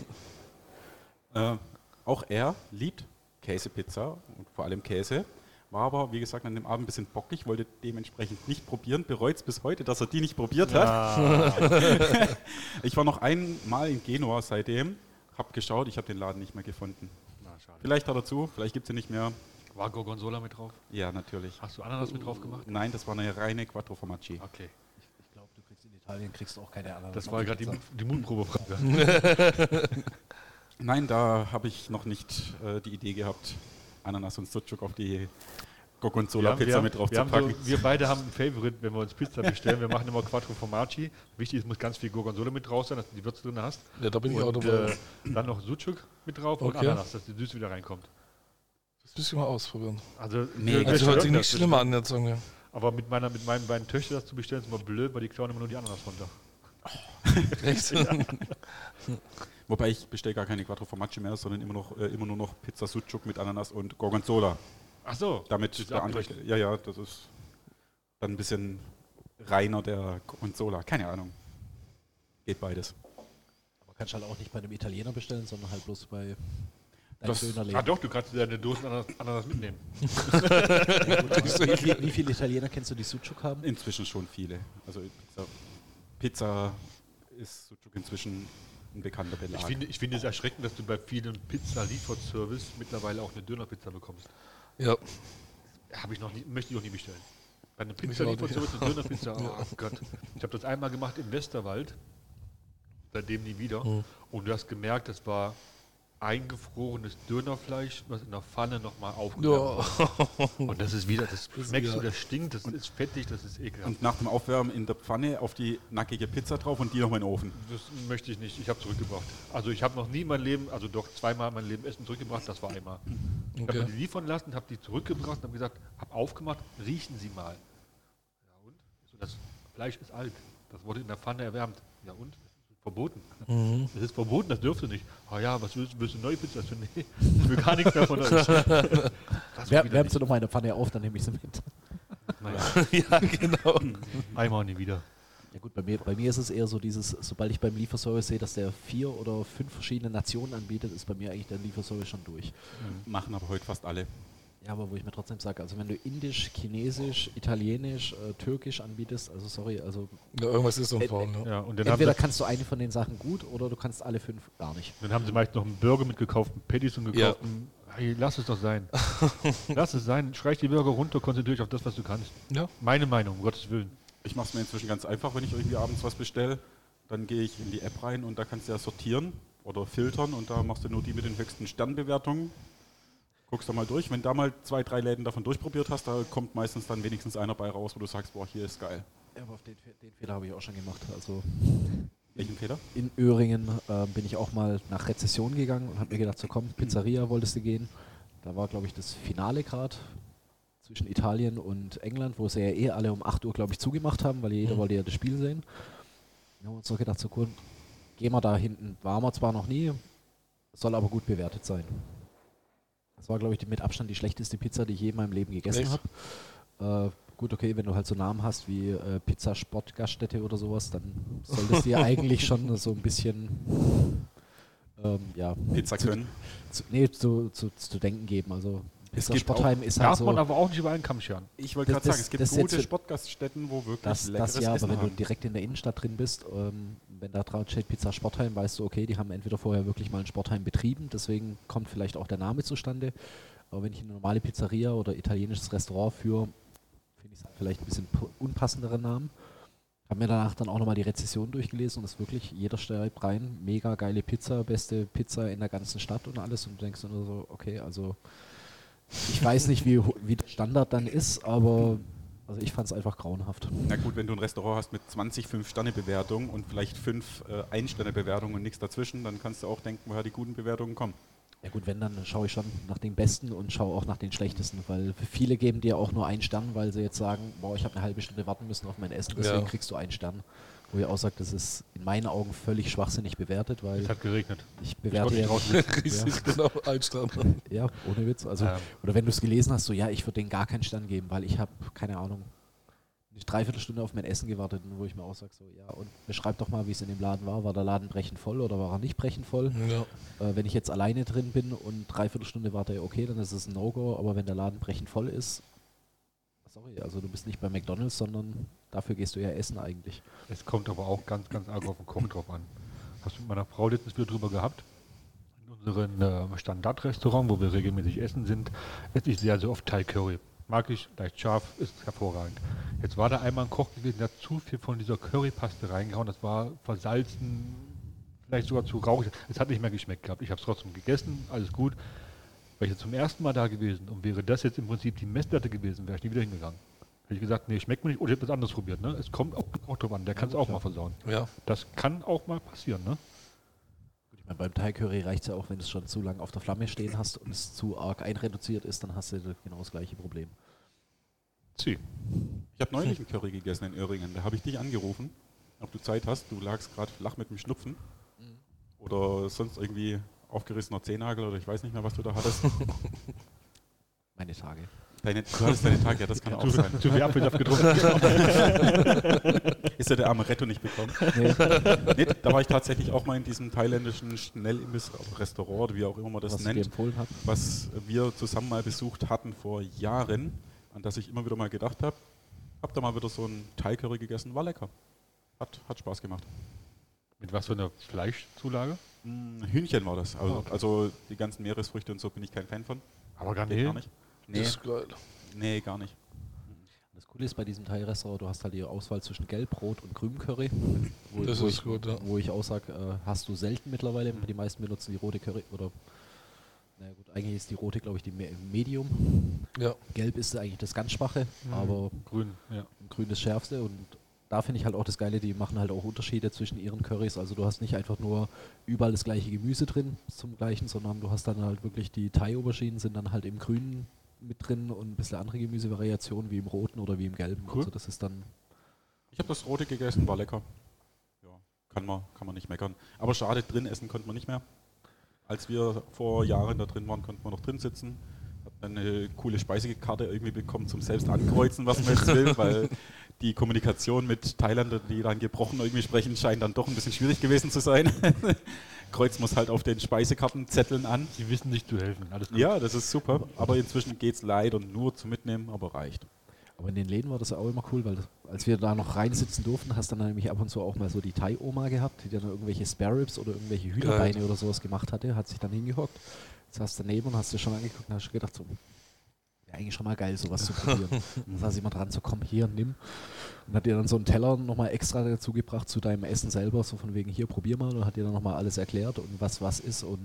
äh, auch er liebt Käsepizza und vor allem Käse. War aber, wie gesagt, an dem Abend ein bisschen bockig, wollte dementsprechend nicht probieren, bereut es bis heute, dass er die nicht probiert hat. Ja. Ich war noch einmal in Genua seitdem, habe geschaut, ich habe den Laden nicht mehr gefunden. Na, schade. Vielleicht hat er zu, vielleicht gibt es ihn nicht mehr. War Gorgonzola mit drauf? Ja, natürlich. Hast du Ananas mit drauf gemacht? Nein, das war eine reine Quattro Formaggi. Okay. Ich glaube, du kriegst in Italien kriegst du auch keine anderen. Das war gerade die, die Mundprobefrage. Nein, da habe ich noch nicht äh, die Idee gehabt, Ananas und Sucuk auf die Gorgonzola-Pizza mit drauf wir, zu haben packen. so, wir beide haben ein Favorite, wenn wir uns Pizza bestellen. Wir machen immer Quattro Formaggi. Wichtig, es muss ganz viel Gorgonzola mit drauf sein, dass du die Würze drin hast. Ja, da bin ich auch Und dabei. äh, dann noch Sucuk mit drauf und Okay. Ananas, dass die Süße wieder reinkommt. Das müssen wir mal ausprobieren. Also, Nee, wir- wir Also hört stört sich nicht das. schlimmer an der Zunge. Aber mit, meiner, mit meinen beiden Töchtern das zu bestellen, ist immer blöd, weil die klauen immer nur die Ananas runter. Echt? Wobei ich bestelle gar keine Quattro Formaggi mehr, sondern immer, noch, äh, immer nur noch Pizza Sucuk mit Ananas und Gorgonzola. Ach so. Damit ist der andere, abgerechnet. ja, ja, das ist dann ein bisschen reiner der Gorgonzola. Keine Ahnung. Geht beides. Aber kannst halt auch nicht bei einem Italiener bestellen, sondern halt bloß bei deinem Das- Dönerläden. Ah doch, du kannst deine Dosen Ananas, Ananas mitnehmen. wie, viel, wie viele Italiener kennst du, die Sucuk haben? Inzwischen schon viele. Also Pizza, Pizza ist Sucuk inzwischen ein bekannter Belag. Ich finde, ich finde es erschreckend, dass du bei vielen Pizza-Lieferservice mittlerweile auch eine Dönerpizza bekommst. Ja. Habe ich noch nie, möchte ich noch nie bestellen. Bei einer auch nicht. Pizza-Lieferservice eine Dönerpizza, oh Gott. Ich habe das einmal gemacht im Westerwald, seitdem nie wieder. Mhm. Und du hast gemerkt, das war eingefrorenes Dönerfleisch, was in der Pfanne nochmal aufgewärmt Ja. wurde. Und das ist wieder, das schmeckst ja. du, das stinkt, das ist fettig, das ist ekelhaft. Und nach dem Aufwärmen in der Pfanne auf die nackige Pizza drauf und die nochmal in den Ofen. Das möchte ich nicht, ich habe zurückgebracht. Also ich habe noch nie mein Leben, also doch zweimal mein Leben Essen zurückgebracht, das war einmal. Ich habe Okay. mir die liefern lassen, habe die zurückgebracht und habe gesagt, habe aufgemacht, riechen Sie mal. Ja und? Ich so, das Fleisch ist alt, das wurde in der Pfanne erwärmt. Ja und? Das ist verboten. Mhm. Das ist verboten, das dürfte nicht. Ah ja, was willst, willst du, neue Pizza? Ich so, nee, ich will gar nichts davon. Das war Wär, wieder wärmst du nicht. noch mal eine Pfanne auf, dann nehme ich sie mit. Naja, Ja, genau. einmal und nie wieder. Ja gut, bei mir, bei mir ist es eher so dieses, sobald ich beim Lieferservice sehe, dass der vier oder fünf verschiedene Nationen anbietet, ist bei mir eigentlich der Lieferservice schon durch. Machen aber heute fast alle. Ja, aber wo ich mir trotzdem sage, also wenn du Indisch, Chinesisch, Italienisch, äh, Türkisch anbietest, also sorry, also Ja, irgendwas ist so Ä- vorne. Ja. Ja, und dann haben, entweder sie, kannst du eine von den Sachen gut oder du kannst alle fünf gar nicht. dann haben sie meist noch einen Burger mitgekauft, einen Patties und Ja. gekauft. einen- Hey, lass es doch sein. Lass es sein. Streich die Burger runter, konzentriere dich auf das, was du kannst. Ja. Meine Meinung, um Gottes Willen. Ich mache es mir inzwischen ganz einfach, wenn ich irgendwie abends was bestelle. Dann gehe ich in die App rein und da kannst du ja sortieren oder filtern und da machst du nur die mit den höchsten Sternbewertungen. Guckst da mal durch. Wenn da mal zwei, drei Läden davon durchprobiert hast, da kommt meistens dann wenigstens einer bei raus, wo du sagst, boah, hier ist geil. Ja, aber auf den, Fe- den Fehler habe ich auch schon gemacht. Also Welchen Fehler? in Öhringen äh, bin ich auch mal nach Rezession gegangen und habe mir gedacht, so komm, Pizzeria wolltest du gehen. Da war, glaube ich, das Finale gerade zwischen Italien und England, wo sie ja eh alle um acht Uhr, glaube ich, zugemacht haben, weil jeder Mhm. wollte ja das Spiel sehen. Wir haben uns so gedacht, so cool, gehen wir da hinten. Waren wir zwar noch nie, soll aber gut bewertet sein. Das war, glaube ich, die, mit Abstand die schlechteste Pizza, die ich je in meinem Leben gegessen Echt? habe. Äh, gut, okay, wenn du halt so Namen hast wie äh, Pizza Sport Gaststätte oder sowas, dann solltest du dir eigentlich schon so ein bisschen ähm, ja, Pizza zu, können. zu, nee, zu, zu, zu denken geben. Also Pizza gibt Sportheim ist halt Darf so, man aber auch nicht über einen Kamm scheren. Ich wollte Das- gerade sagen, das- es gibt das gute jetzt- Sportgaststätten, wo wirklich das, leckeres das ja, aber Essen wenn du haben. direkt in der Innenstadt drin bist, ähm, wenn da drauf steht Pizza Sportheim, weißt du, okay, die haben entweder vorher wirklich mal ein Sportheim betrieben, deswegen kommt vielleicht auch der Name zustande. Aber wenn ich eine normale Pizzeria oder italienisches Restaurant führe, finde ich es halt vielleicht ein bisschen pu- unpassenderen Namen. Habe mir danach dann auch nochmal die Rezession durchgelesen und es ist wirklich, jeder schreibt rein, mega geile Pizza, beste Pizza in der ganzen Stadt und alles und du denkst nur so, okay, also ich weiß nicht, wie, ho- wie der Standard dann ist, aber also ich fand es einfach grauenhaft. Na gut, wenn du ein Restaurant hast mit zwanzig fünf-Sterne-Bewertungen und vielleicht fünf äh, Ein-Sterne-Bewertungen und nichts dazwischen, dann kannst du auch denken, woher die guten Bewertungen kommen. Ja gut, wenn, dann schaue ich schon nach den Besten und schaue auch nach den Schlechtesten, weil viele geben dir auch nur einen Stern, weil sie jetzt sagen, boah, ich habe eine halbe Stunde warten müssen auf mein Essen, deswegen Ja. kriegst du einen Stern. Wo ich auch sage, das ist in meinen Augen völlig schwachsinnig bewertet, weil Es hat geregnet. ich bewerte Ich ja, wollte nicht Riesig, genau, ein Stern. ja, ohne Witz. Also, Ähm. oder wenn du es gelesen hast, so ja, ich würde denen gar keinen Stern geben, weil ich habe, keine Ahnung, eine Dreiviertelstunde auf mein Essen gewartet, wo ich mir auch sage, so ja, und beschreib doch mal, wie es in dem Laden war. War der Laden brechend voll oder war er nicht brechend voll? Ja. Äh, wenn ich jetzt alleine drin bin und dreiviertel Stunde warte, okay, dann ist es ein No-Go, aber wenn der Laden brechend voll ist, sorry, also du bist nicht bei McDonalds, sondern dafür gehst du ja essen eigentlich. Es kommt aber auch ganz, ganz arg auf den Koch drauf an. Hast du mit meiner Frau letztens wieder drüber gehabt? In unserem äh, Standardrestaurant, wo wir regelmäßig essen sind, esse ich sehr, sehr oft Thai Curry. Mag ich, leicht scharf, ist hervorragend. Jetzt war da einmal ein Koch gewesen, der hat zu viel von dieser Currypaste reingehauen. Das war versalzen, vielleicht sogar zu rauchig. Es hat nicht mehr geschmeckt gehabt. Ich habe es trotzdem gegessen, alles gut. Wäre ich jetzt zum ersten Mal da gewesen und wäre das jetzt im Prinzip die Messlatte gewesen, wäre ich nie wieder hingegangen. Hätte ich gesagt, nee, schmeckt mir nicht, oder ich hätte was anderes probiert. Ne? Es kommt auch, auch drauf an, der kann es auch mal versauen. Ja. Das kann auch mal passieren, ne? Gut, ich meine, beim Thai Curry reicht es ja auch, wenn du es schon zu lange auf der Flamme stehen hast und es zu arg einreduziert ist, dann hast du genau das gleiche Problem. Sie. Ich habe neulich einen Curry gegessen in Öhringen. Da habe ich dich angerufen, ob du Zeit hast. Du lagst gerade flach mit dem Schnupfen oder sonst irgendwie aufgerissener Zehennagel oder ich weiß nicht mehr, was du da hattest. Meine Tage. Deine, du hattest deine Tage, ja, das kann auch Zu, sein. zu viel Apfelsaft getrunken. Ist ja der Amaretto nicht bekommen. Nee. Nee, da war ich tatsächlich auch mal in diesem thailändischen Schnellimbiss-Restaurant, oder wie auch immer man das Was du dir nennt, empfohlen hat. was wir zusammen mal besucht hatten vor Jahren, an das ich immer wieder mal gedacht habe. Hab da mal wieder so ein Thai-Curry gegessen, war lecker. Hat, hat Spaß gemacht. Mit was für einer Fleischzulage? Mm, Hühnchen war das. Also, Ah, okay. also die ganzen Meeresfrüchte und so bin ich kein Fan von. Aber gar Geht nicht. gar nicht. Nee, Das ist geil. nee, gar nicht. Das Coole ist bei diesem Thai-Restaurant, du hast halt die Auswahl zwischen Gelb, Rot und Grünem Curry. Wo, Das wo ist ich, gut, ja. Wo ich auch sage, äh, hast du selten mittlerweile. Die meisten benutzen die rote Curry oder, naja gut, eigentlich ist die rote, glaube ich, die Me- Medium. Ja. Gelb ist eigentlich das ganz schwache, Mhm. aber Grün, ja. Grün das schärfste und da finde ich halt auch das Geile, die machen halt auch Unterschiede zwischen ihren Currys. Also du hast nicht einfach nur überall das gleiche Gemüse drin zum gleichen, sondern du hast dann halt wirklich die Thai-Auberginen sind dann halt im Grünen mit drin und ein bisschen andere Gemüsevariationen wie im Roten oder wie im Gelben. Cool. Also das ist dann Ich habe das Rote gegessen, war lecker. Ja, kann man, kann man nicht meckern. Aber schade, drin essen konnte man nicht mehr. Als wir vor Jahren da drin waren, konnten wir noch drin sitzen. Hat eine coole Speisekarte irgendwie bekommen zum selbst ankreuzen, was man jetzt will, weil die Kommunikation mit Thailändern, die dann gebrochen irgendwie sprechen, scheint dann doch ein bisschen schwierig gewesen zu sein. Kreuzen muss halt auf den Speisekartenzetteln an. Sie wissen sich zu helfen. Alles gut. Ja, das ist super. Aber inzwischen geht es leider nur zum Mitnehmen, aber reicht. Aber in den Läden war das auch immer cool, weil das, als wir da noch reinsitzen durften, hast dann nämlich ab und zu auch mal so die Thai-Oma gehabt, die dann irgendwelche Spare Ribs oder irgendwelche Hühnerbeine Geil. oder sowas gemacht hatte, hat sich dann hingehockt, saß daneben und hast dir schon angeguckt und hast gedacht so, wäre eigentlich schon mal geil, sowas zu probieren. Dann saß jemand dran, so komm hier, nimm. Und hat dir dann so einen Teller nochmal extra dazu gebracht zu deinem Essen selber, so von wegen hier, probier mal und hat dir dann nochmal alles erklärt und was was ist und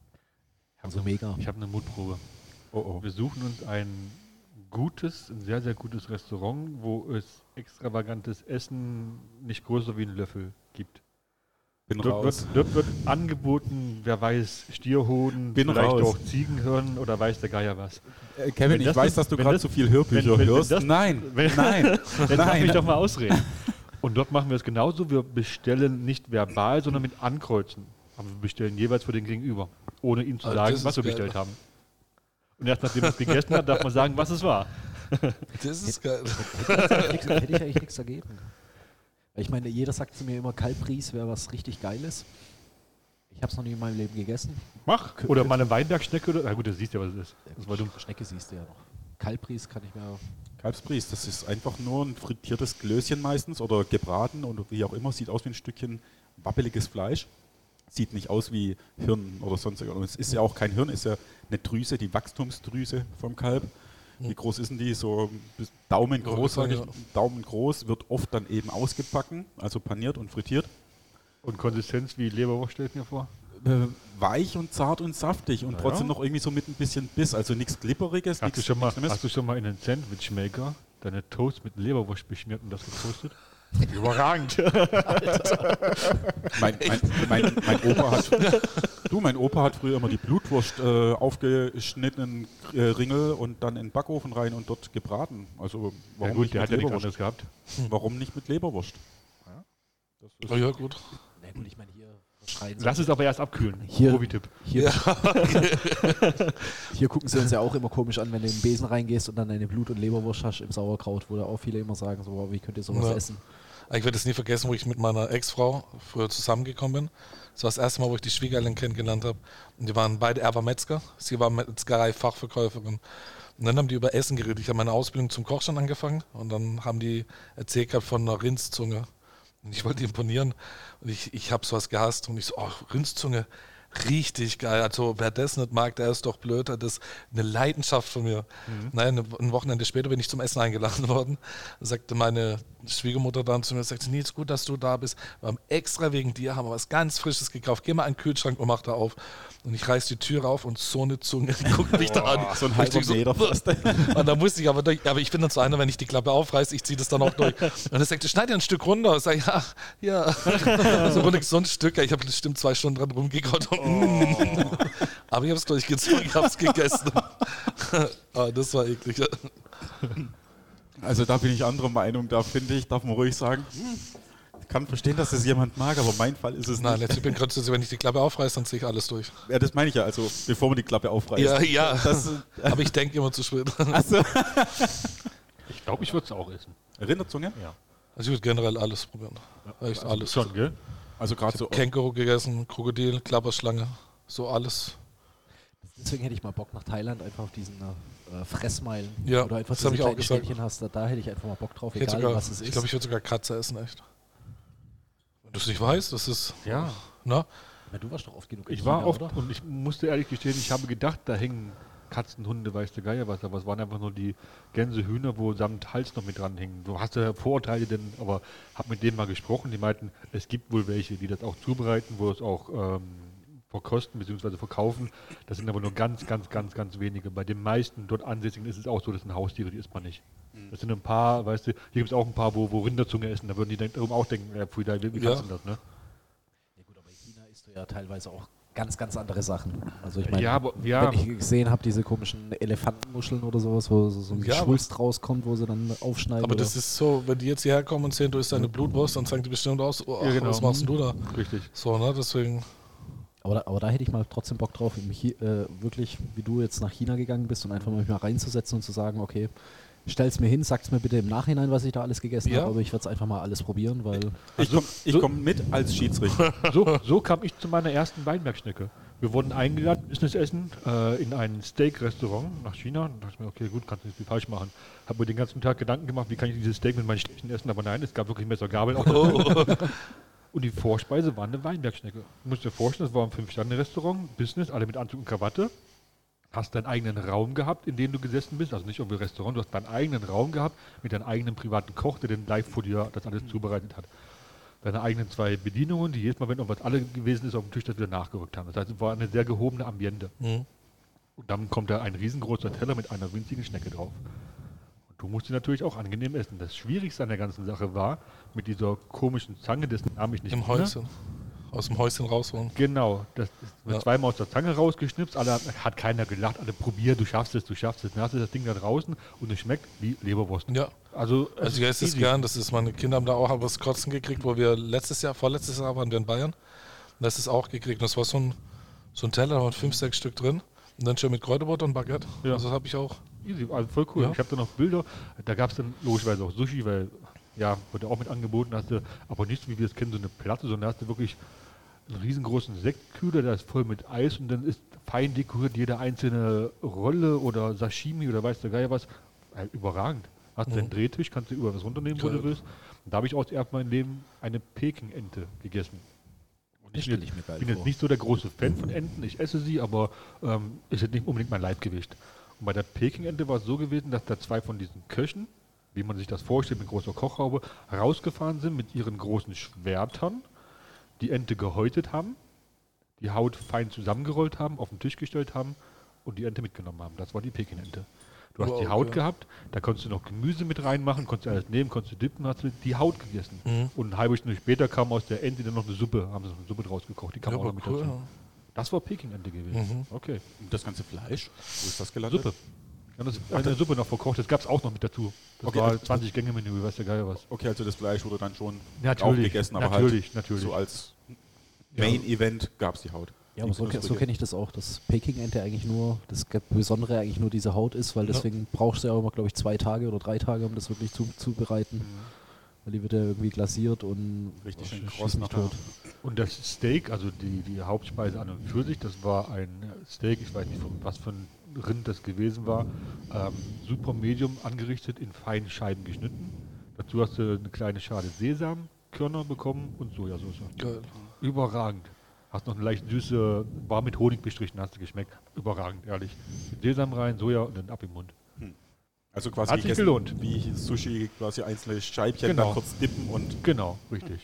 so mega. Ich habe eine Mutprobe. Oh oh. Wir suchen uns ein gutes, ein sehr, sehr gutes Restaurant, wo es extravagantes Essen nicht größer wie ein Löffel gibt. Bin Dort raus. wird, dort wird angeboten, wer weiß, Stierhoden, Bin vielleicht raus. auch Ziegenhirn oder weiß der Geier was. Äh, Kevin, Wenn ich das weiß, nicht- dass du wenn gerade das- zu viel Hörbücher wenn- wenn- wenn hörst. das- nein, wenn- nein, Jetzt lass mich nein. doch mal ausreden. Und dort machen wir es genauso, wir bestellen nicht verbal, sondern mit Ankreuzen. Aber wir bestellen jeweils für den Gegenüber, ohne ihm zu Ah, sagen, das was wir ist geil. bestellt haben. Und erst nachdem er es gegessen hat, darf man sagen, was es war. Das ist geil. Hätte ich hätte ich eigentlich nichts dagegen. Weil ich meine, jeder sagt zu mir immer, Kalbries wäre was richtig Geiles. Ich habe es noch nie in meinem Leben gegessen. Mach. Oder mal eine Weinbergschnecke. Oder, na gut, du siehst ja, was es ist. Das war dumm. Schnecke siehst du ja noch. Kalbries kann ich mir... Kalbsbries, das ist einfach nur ein frittiertes Klößchen meistens oder gebraten und wie auch immer, sieht aus wie ein Stückchen wabbeliges Fleisch. Sieht nicht aus wie Hirn oder sonst irgendwas. Und es ist ja auch kein Hirn, es ist ja eine Drüse, die Wachstumsdrüse vom Kalb. Wie groß ist denn die? So bis Daumen groß, sage ich. Ja. Daumen groß, wird oft dann eben ausgebacken, also paniert und frittiert. Und Konsistenz wie Leberwurst stellt mir vor. Äh, weich und zart und saftig und Na trotzdem ja. noch irgendwie so mit ein bisschen Biss. Also nichts Glipperiges, Hast du, nichts schon mal, nichts Schlimmes. hast du schon mal in einen Sandwichmaker deine Toast mit Leberwurst beschmiert und das getoastet? Überragend. Mein, mein, mein, mein Opa hat, du, mein Opa hat früher immer die Blutwurst äh, aufgeschnittenen äh, Ringel und dann in den Backofen rein und dort gebraten. Also warum Ja gut, nicht der mit hat ja nichts Leberwurst? anderes gehabt. Warum nicht mit Leberwurst? Das ist Oh ja, gut. Na gut, ich meine, hier schreien sie- Lass es aber erst abkühlen. Hier- Profi-Tipp. Hier, hier gucken sie uns ja auch immer komisch an, wenn du in den Besen reingehst und dann eine Blut- und Leberwurst hast im Sauerkraut, wo da auch viele immer sagen, so, wow, wie könnt ihr sowas Ja. essen? Ich werde es nie vergessen, wo ich mit meiner Ex-Frau früher zusammengekommen bin. Das war das erste Mal, wo ich die Schwiegereltern kennengelernt habe. Und die waren beide, er war Metzger, sie war Metzgerei-Fachverkäuferin. Und dann haben die über Essen geredet. Ich habe meine Ausbildung zum Koch schon angefangen und dann haben die erzählt gehabt von einer Rindszunge. Und ich wollte imponieren und ich, ich habe sowas gehasst und ich so, oh, Rindszunge, richtig geil. Also wer das nicht mag, der ist doch blöd. Das ist eine Leidenschaft von mir. Mhm. Nein, ein Wochenende später bin ich zum Essen eingeladen worden. Da sagte meine Schwiegermutter dann zu mir, sagt, Nils, gut, dass du da bist. Wir haben extra wegen dir, haben wir was ganz Frisches gekauft. Geh mal in den Kühlschrank und mach da auf. Und ich reiß die Tür auf und so eine Zunge, die guckt mich da an. so ein Und ich halber denk so, Meter fast. und da musste ich aber durch, aber ich bin dann so einer, wenn ich die Klappe aufreiße, ich ziehe das dann auch durch. Und er sagte, schneid dir ein Stück runter. Ich sage, ja, ja. So runter, so ein Stück. Ich habe bestimmt zwei Stunden dran rumgekaut. Aber ich habe es durchgezogen, ich habe es gegessen. Aber das war eklig. Also da bin ich anderer Meinung, da finde ich, darf man ruhig sagen, hm, kann verstehen, dass das jemand mag, aber mein Fall ist es Nein, nicht. letztlich bin grundsätzlich, wenn ich die Klappe aufreiße, dann ziehe ich alles durch. Ja, das meine ich ja, also bevor man die Klappe aufreißt. Ja, ja. Das, Aber ich denke immer zu spät. also, Ich glaube, ich würde es auch essen. Rinderzunge? Ja. Also ich würde generell alles probieren. Echt alles. Schon, gell? Also gerade so. Känguru gegessen, Krokodil, Klapperschlange, so alles. Deswegen hätte ich mal Bock nach Thailand, einfach auf diesen äh, Fressmeilen. Ja, Oder einfach das hab diese ich auch kleinen gesagt. Ständchen hast, da, da hätte ich einfach mal Bock drauf, Ich, hätte egal sogar, was es ich ist. glaube, ich würde sogar Katze essen, echt. Wenn du es nicht weißt, das ist... Ja. Na? Na, du warst doch oft genug in Ich war China, oft oder? und ich musste ehrlich gestehen, ich habe gedacht, da hängen Katzen, Hunde, weiß der Geier was, aber es waren einfach nur die Gänse, Hühner, wo samt Hals noch mit dran hängen. Du hast ja Vorurteile, denn, aber hab mit denen mal gesprochen, die meinten, es gibt wohl welche, die das auch zubereiten, wo es auch ähm, verkosten bzw. verkaufen. Das sind aber nur ganz, ganz, ganz, ganz wenige. Bei den meisten dort Ansässigen ist es auch so, das sind Haustiere, die isst man nicht. Das sind ein paar, weißt du, hier gibt es auch ein paar, wo, wo Rinderzunge essen, da würden die dann auch denken, ja, pfui, da, wie Ja. kannst du das, ne? Ja gut, aber in China isst du ja teilweise auch ganz, ganz andere Sachen. Also ich meine, Ja, aber, ja, wenn ich gesehen habe, diese komischen Elefantenmuscheln oder sowas, wo so, so ein Ja, aber- Schwulst rauskommt, wo sie dann aufschneiden. Aber oder das ist so, wenn die jetzt hierher kommen und sehen, du isst deine Blutwurst, dann sagen die bestimmt aus, oh, Ja, genau. was machst denn du da? richtig. So, ne, deswegen... aber, da, aber da hätte ich mal trotzdem Bock drauf, mich hier, äh, wirklich, wie du jetzt nach China gegangen bist und einfach mal mich mal reinzusetzen und zu sagen, okay, stell's mir hin, sag's mir bitte im Nachhinein, was ich da alles gegessen Ja. habe, aber ich werde es einfach mal alles probieren, weil Ich komme ich so- komm mit als Schiedsrichter. So, so kam ich zu meiner ersten Weinbergschnecke. Wir wurden eingeladen, Businessessen, äh, in ein Steak-Restaurant nach China. Da dachte ich mir, okay, gut, kannst du nicht viel falsch machen. Habe mir den ganzen Tag Gedanken gemacht, wie kann ich dieses Steak mit meinen Schnittchen essen, aber nein, es gab wirklich Messer, Gabel. Auch und die Vorspeise war eine Weinbergschnecke. Du musst dir vorstellen, das war ein Fünf-Sterne-Restaurant, Business, alle mit Anzug und Krawatte. Hast deinen eigenen Raum gehabt, in dem du gesessen bist, also nicht irgendwie Restaurant, du hast deinen eigenen Raum gehabt mit deinem eigenen privaten Koch, der den live vor dir das alles zubereitet hat. Deine eigenen zwei Bedienungen, die jedes Mal, wenn irgendwas alle gewesen ist, auf dem Tisch das wieder nachgerückt haben. Das heißt, es war eine sehr gehobene Ambiente. Mhm. Und dann kommt da ein riesengroßer Teller mit einer winzigen Schnecke drauf. Und du musst sie natürlich auch angenehm essen. Das Schwierigste an der ganzen Sache war, mit dieser komischen Zange, dessen Namen ich nicht Im kenne. Häuschen. Aus dem Häuschen rausholen. Genau, das wird Ja. zweimal aus der Zange rausgeschnipst, alle hat, hat keiner gelacht, alle probiert, du schaffst es, du schaffst es. Dann hast du das Ding da draußen und es schmeckt wie Leberwurst. Ja. Also, es Also ich esse es easy. gern, das ist, meine Kinder haben da auch was Kotzen gekriegt, wo wir letztes Jahr, vorletztes Jahr waren wir in Bayern. Und das ist auch gekriegt. Und das war so ein, so ein Teller, da waren fünf, sechs Stück drin. Und dann schön mit Kräuterbutter und Baguette. Ja. Also das habe ich auch. Easy, also voll cool. Ja. Ich habe da noch Bilder, da gab es dann logischerweise auch Sushi, weil, ja, wurde auch mit angeboten, hast du, aber nicht so wie wir es kennen, so eine Platte, sondern da hast du wirklich einen riesengroßen Sektkühler, der ist voll mit Eis und dann ist fein dekoriert jede einzelne Rolle oder Sashimi oder weiß der Geier was. Halt überragend. Hast du Mhm. einen Drehtisch, kannst du über was runternehmen, wo Geil. du willst. Und da habe ich auch zuerst mein Leben eine Peking-Ente gegessen. Und Das ich bin, stell ich mir geil bin jetzt vor. nicht so der große Fan von Enten, ich esse sie, aber ähm, ist jetzt nicht unbedingt mein Leibgewicht. Und bei der Peking-Ente war es so gewesen, dass da zwei von diesen Köchen, wie man sich das vorstellt, mit großer Kochhaube, rausgefahren sind mit ihren großen Schwertern, die Ente gehäutet haben, die Haut fein zusammengerollt haben, auf den Tisch gestellt haben und die Ente mitgenommen haben. Das war die Peking-Ente. Du hast Wow, die Haut ja. gehabt, da konntest du noch Gemüse mit reinmachen, konntest du alles nehmen, konntest du dippen, hast du die Haut gegessen. Mhm. Und eine halbe Stunde später kam aus der Ente dann noch eine Suppe, haben sie noch eine Suppe draus gekocht, die kam Ja, auch noch aber mit cool, dazu. ja. Das war Peking-Ente gewesen. Mhm. Okay. Und das ganze Fleisch, wo ist das gelandet? Suppe. Ja, das ist eine Suppe noch verkocht, das gab es auch noch mit dazu. Das Okay, war also- zwanzig Gänge Menü, weiß der Geil was. Okay, also das Fleisch wurde dann schon Natürlich, auch gegessen, aber natürlich, halt natürlich. so als Ja. Main-Event gab es die Haut. Ja, aber Die so, ke- so knusprige. kenne ich das auch, dass Peking-Ente eigentlich nur, das Ge- Besondere eigentlich nur diese Haut ist, weil Ja. deswegen brauchst du ja auch immer, glaube ich, zwei Tage oder drei Tage, um das wirklich zu, zubereiten. Weil die wird ja irgendwie glasiert und Richtig schön schieß kross mich nachher. tot. Und das Steak, also die, die Hauptspeise an und für sich, das war ein Steak, ich weiß nicht, von was für ein Rind das gewesen war, ähm, super medium angerichtet, in feinen Scheiben geschnitten. Dazu hast du eine kleine Schale Sesamkörner bekommen und Sojasauce. Geil. Überragend. Hast noch eine leicht süße, war mit Honig bestrichen, hast du geschmeckt. Überragend, ehrlich. Mit Sesam rein, Soja und dann ab im Mund. Also quasi Hat sich gegessen, gelohnt. wie Sushi, quasi einzelne Scheibchen, Genau. dann kurz dippen und Genau, richtig.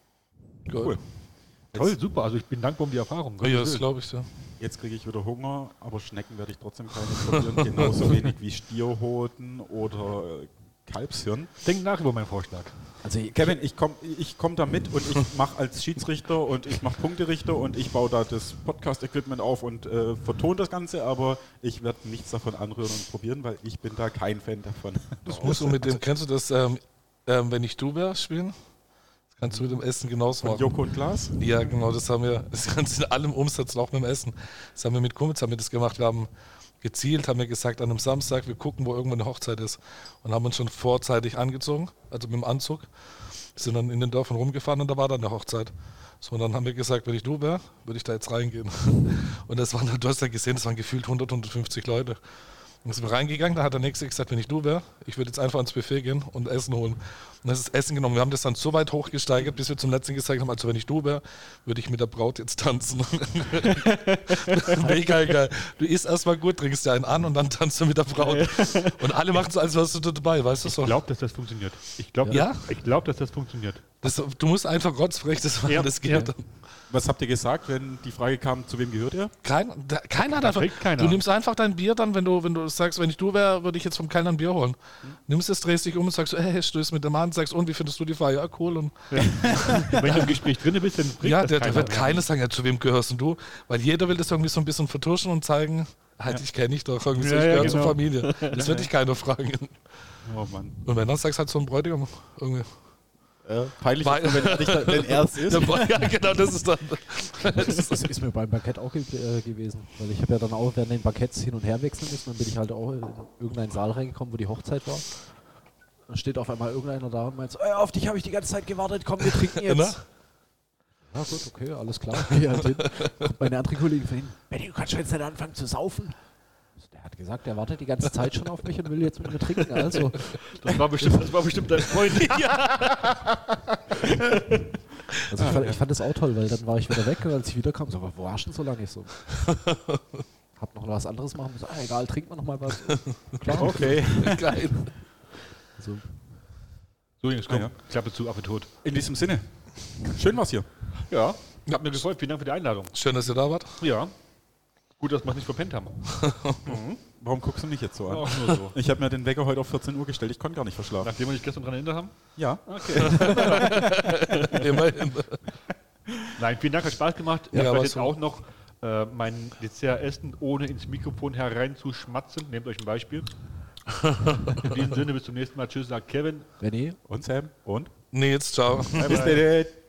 Geil. cool. Toll, super. Also ich bin dankbar um die Erfahrung. Ja, das glaube ich, ja. Jetzt kriege ich wieder Hunger, aber Schnecken werde ich trotzdem keine probieren. Genauso wenig wie Stierhoden oder äh, Kalbshirn. Denk nach über meinen Vorschlag. Also ich- Kevin, ich komme ich komm da mit und ich mache als Schiedsrichter und ich mache Punkterichter und ich baue da das Podcast-Equipment auf und äh, vertone das Ganze, aber ich werde nichts davon anrühren und probieren, weil ich bin da kein Fan davon. Das musst du mit dem, kennst du das, ähm, ähm, wenn ich du wäre, spielen? Das Kannst du mit dem Essen genauso Von machen. Joko und Klaas? Ja, genau, das haben wir, das Ganze in allem Umsatz, auch mit dem Essen. Das haben wir mit Kumpels haben wir das gemacht. Wir haben gezielt, haben wir gesagt, an einem Samstag, wir gucken, wo irgendwo eine Hochzeit ist. Und haben uns schon vorzeitig angezogen, also mit dem Anzug. Sind dann in den Dörfern rumgefahren und da war dann eine Hochzeit. So, und dann haben wir gesagt, wenn ich du wäre, würde ich da jetzt reingehen. Und das waren, du hast ja gesehen, das waren gefühlt hundert, hundertfünfzig Leute. Dann sind wir reingegangen, da hat der Nächste gesagt, wenn ich du wäre, ich würde jetzt einfach ins Buffet gehen und Essen holen. Und das ist Essen genommen. Wir haben das dann so weit hochgesteigert, bis wir zum letzten gesagt haben, also wenn ich du wäre, würde ich mit der Braut jetzt tanzen. Mega geil. Du isst erstmal gut, trinkst dir einen an und dann tanzt du mit der Braut. Und alle machen so, als wärst du dabei, weißt du so. Ich glaube, dass das funktioniert. Ich glaube, Ja? ich glaub, dass das funktioniert. Das, du musst einfach rotzfrech das machen, Ja, das geht ja. dann. Was habt ihr gesagt, wenn die Frage kam, zu wem gehört ihr? Kein, da, keiner hat Da einfach. trinkt keiner. Du nimmst einfach dein Bier dann, wenn du, wenn du sagst, wenn ich du wäre, würde ich jetzt vom Kellner ein Bier holen. Nimmst es, drehst dich um und sagst, hey, stößt mit dem Mann, sagst, und wie findest du die Feier? Ja, cool. Und Wenn du im Gespräch drin bist, dann bringt ja, das der, der keiner. wird keiner sagen, ja, zu wem gehörst denn du? Weil jeder will das irgendwie so ein bisschen vertuschen und zeigen, halt, ich kenne dich doch, irgendwie so, Ja, ich ja, gehöre zur genau. Familie. Das wird dich keiner fragen. Oh Mann. Und wenn dann sagst halt so ein Bräutigam, irgendwie. Äh, peinlich, Weil- ist nur, wenn, er nicht, wenn er es ist. Der Bräu- ja, genau, das ist dann. Das ist mir beim Bankett auch ge äh, gewesen. Weil ich habe ja dann auch während den Banketts hin und her wechseln müssen. Dann bin ich halt auch in irgendeinen Saal reingekommen, wo die Hochzeit war. Dann steht auf einmal irgendeiner da und meint so, ey, auf dich habe ich die ganze Zeit gewartet, komm, wir trinken jetzt. Na? Ja gut, okay, alles klar. Geh halt hin. Kommt meine andere Kollegin von hinten. Benni, du kannst schon jetzt nicht anfangen zu saufen. Der hat gesagt, der wartet die ganze Zeit schon auf mich und will jetzt mit mir trinken. Also, Das war bestimmt, das war bestimmt dein Freund. also ich, fand, ich fand das auch toll, weil dann war ich wieder weg und als ich wiederkam, so, aber wo warst du denn so lange? Ich so, hab noch was anderes machen müssen. Ah, egal, trinkt man noch mal was. Klar. Okay. Geil. So. So, Jungs, komm, Ah, ja. Klappe zu, Affe tot. In diesem Sinne. Schön war's hier. Ja, hat mir gefreut. Vielen Dank für die Einladung. Schön, dass ihr da wart. Ja. Gut, dass wir es nicht verpennt haben. Warum guckst du mich jetzt so an? Auch nur so. Ich habe mir den Wecker heute auf vierzehn Uhr gestellt. Ich konnte gar nicht verschlafen. Nachdem wir dich gestern daran erinnert haben? Ja. Okay. Immerhin. Nein, vielen Dank, hat Spaß gemacht. Ja, ich aber werde jetzt so- auch noch äh, mein Dessert essen, ohne ins Mikrofon hereinzuschmatzen. Nehmt euch ein Beispiel. In diesem Sinne, bis zum nächsten Mal. Tschüss, sagt Kevin. Benni, Und Sam? Und? Nee, jetzt ciao. Bis dann.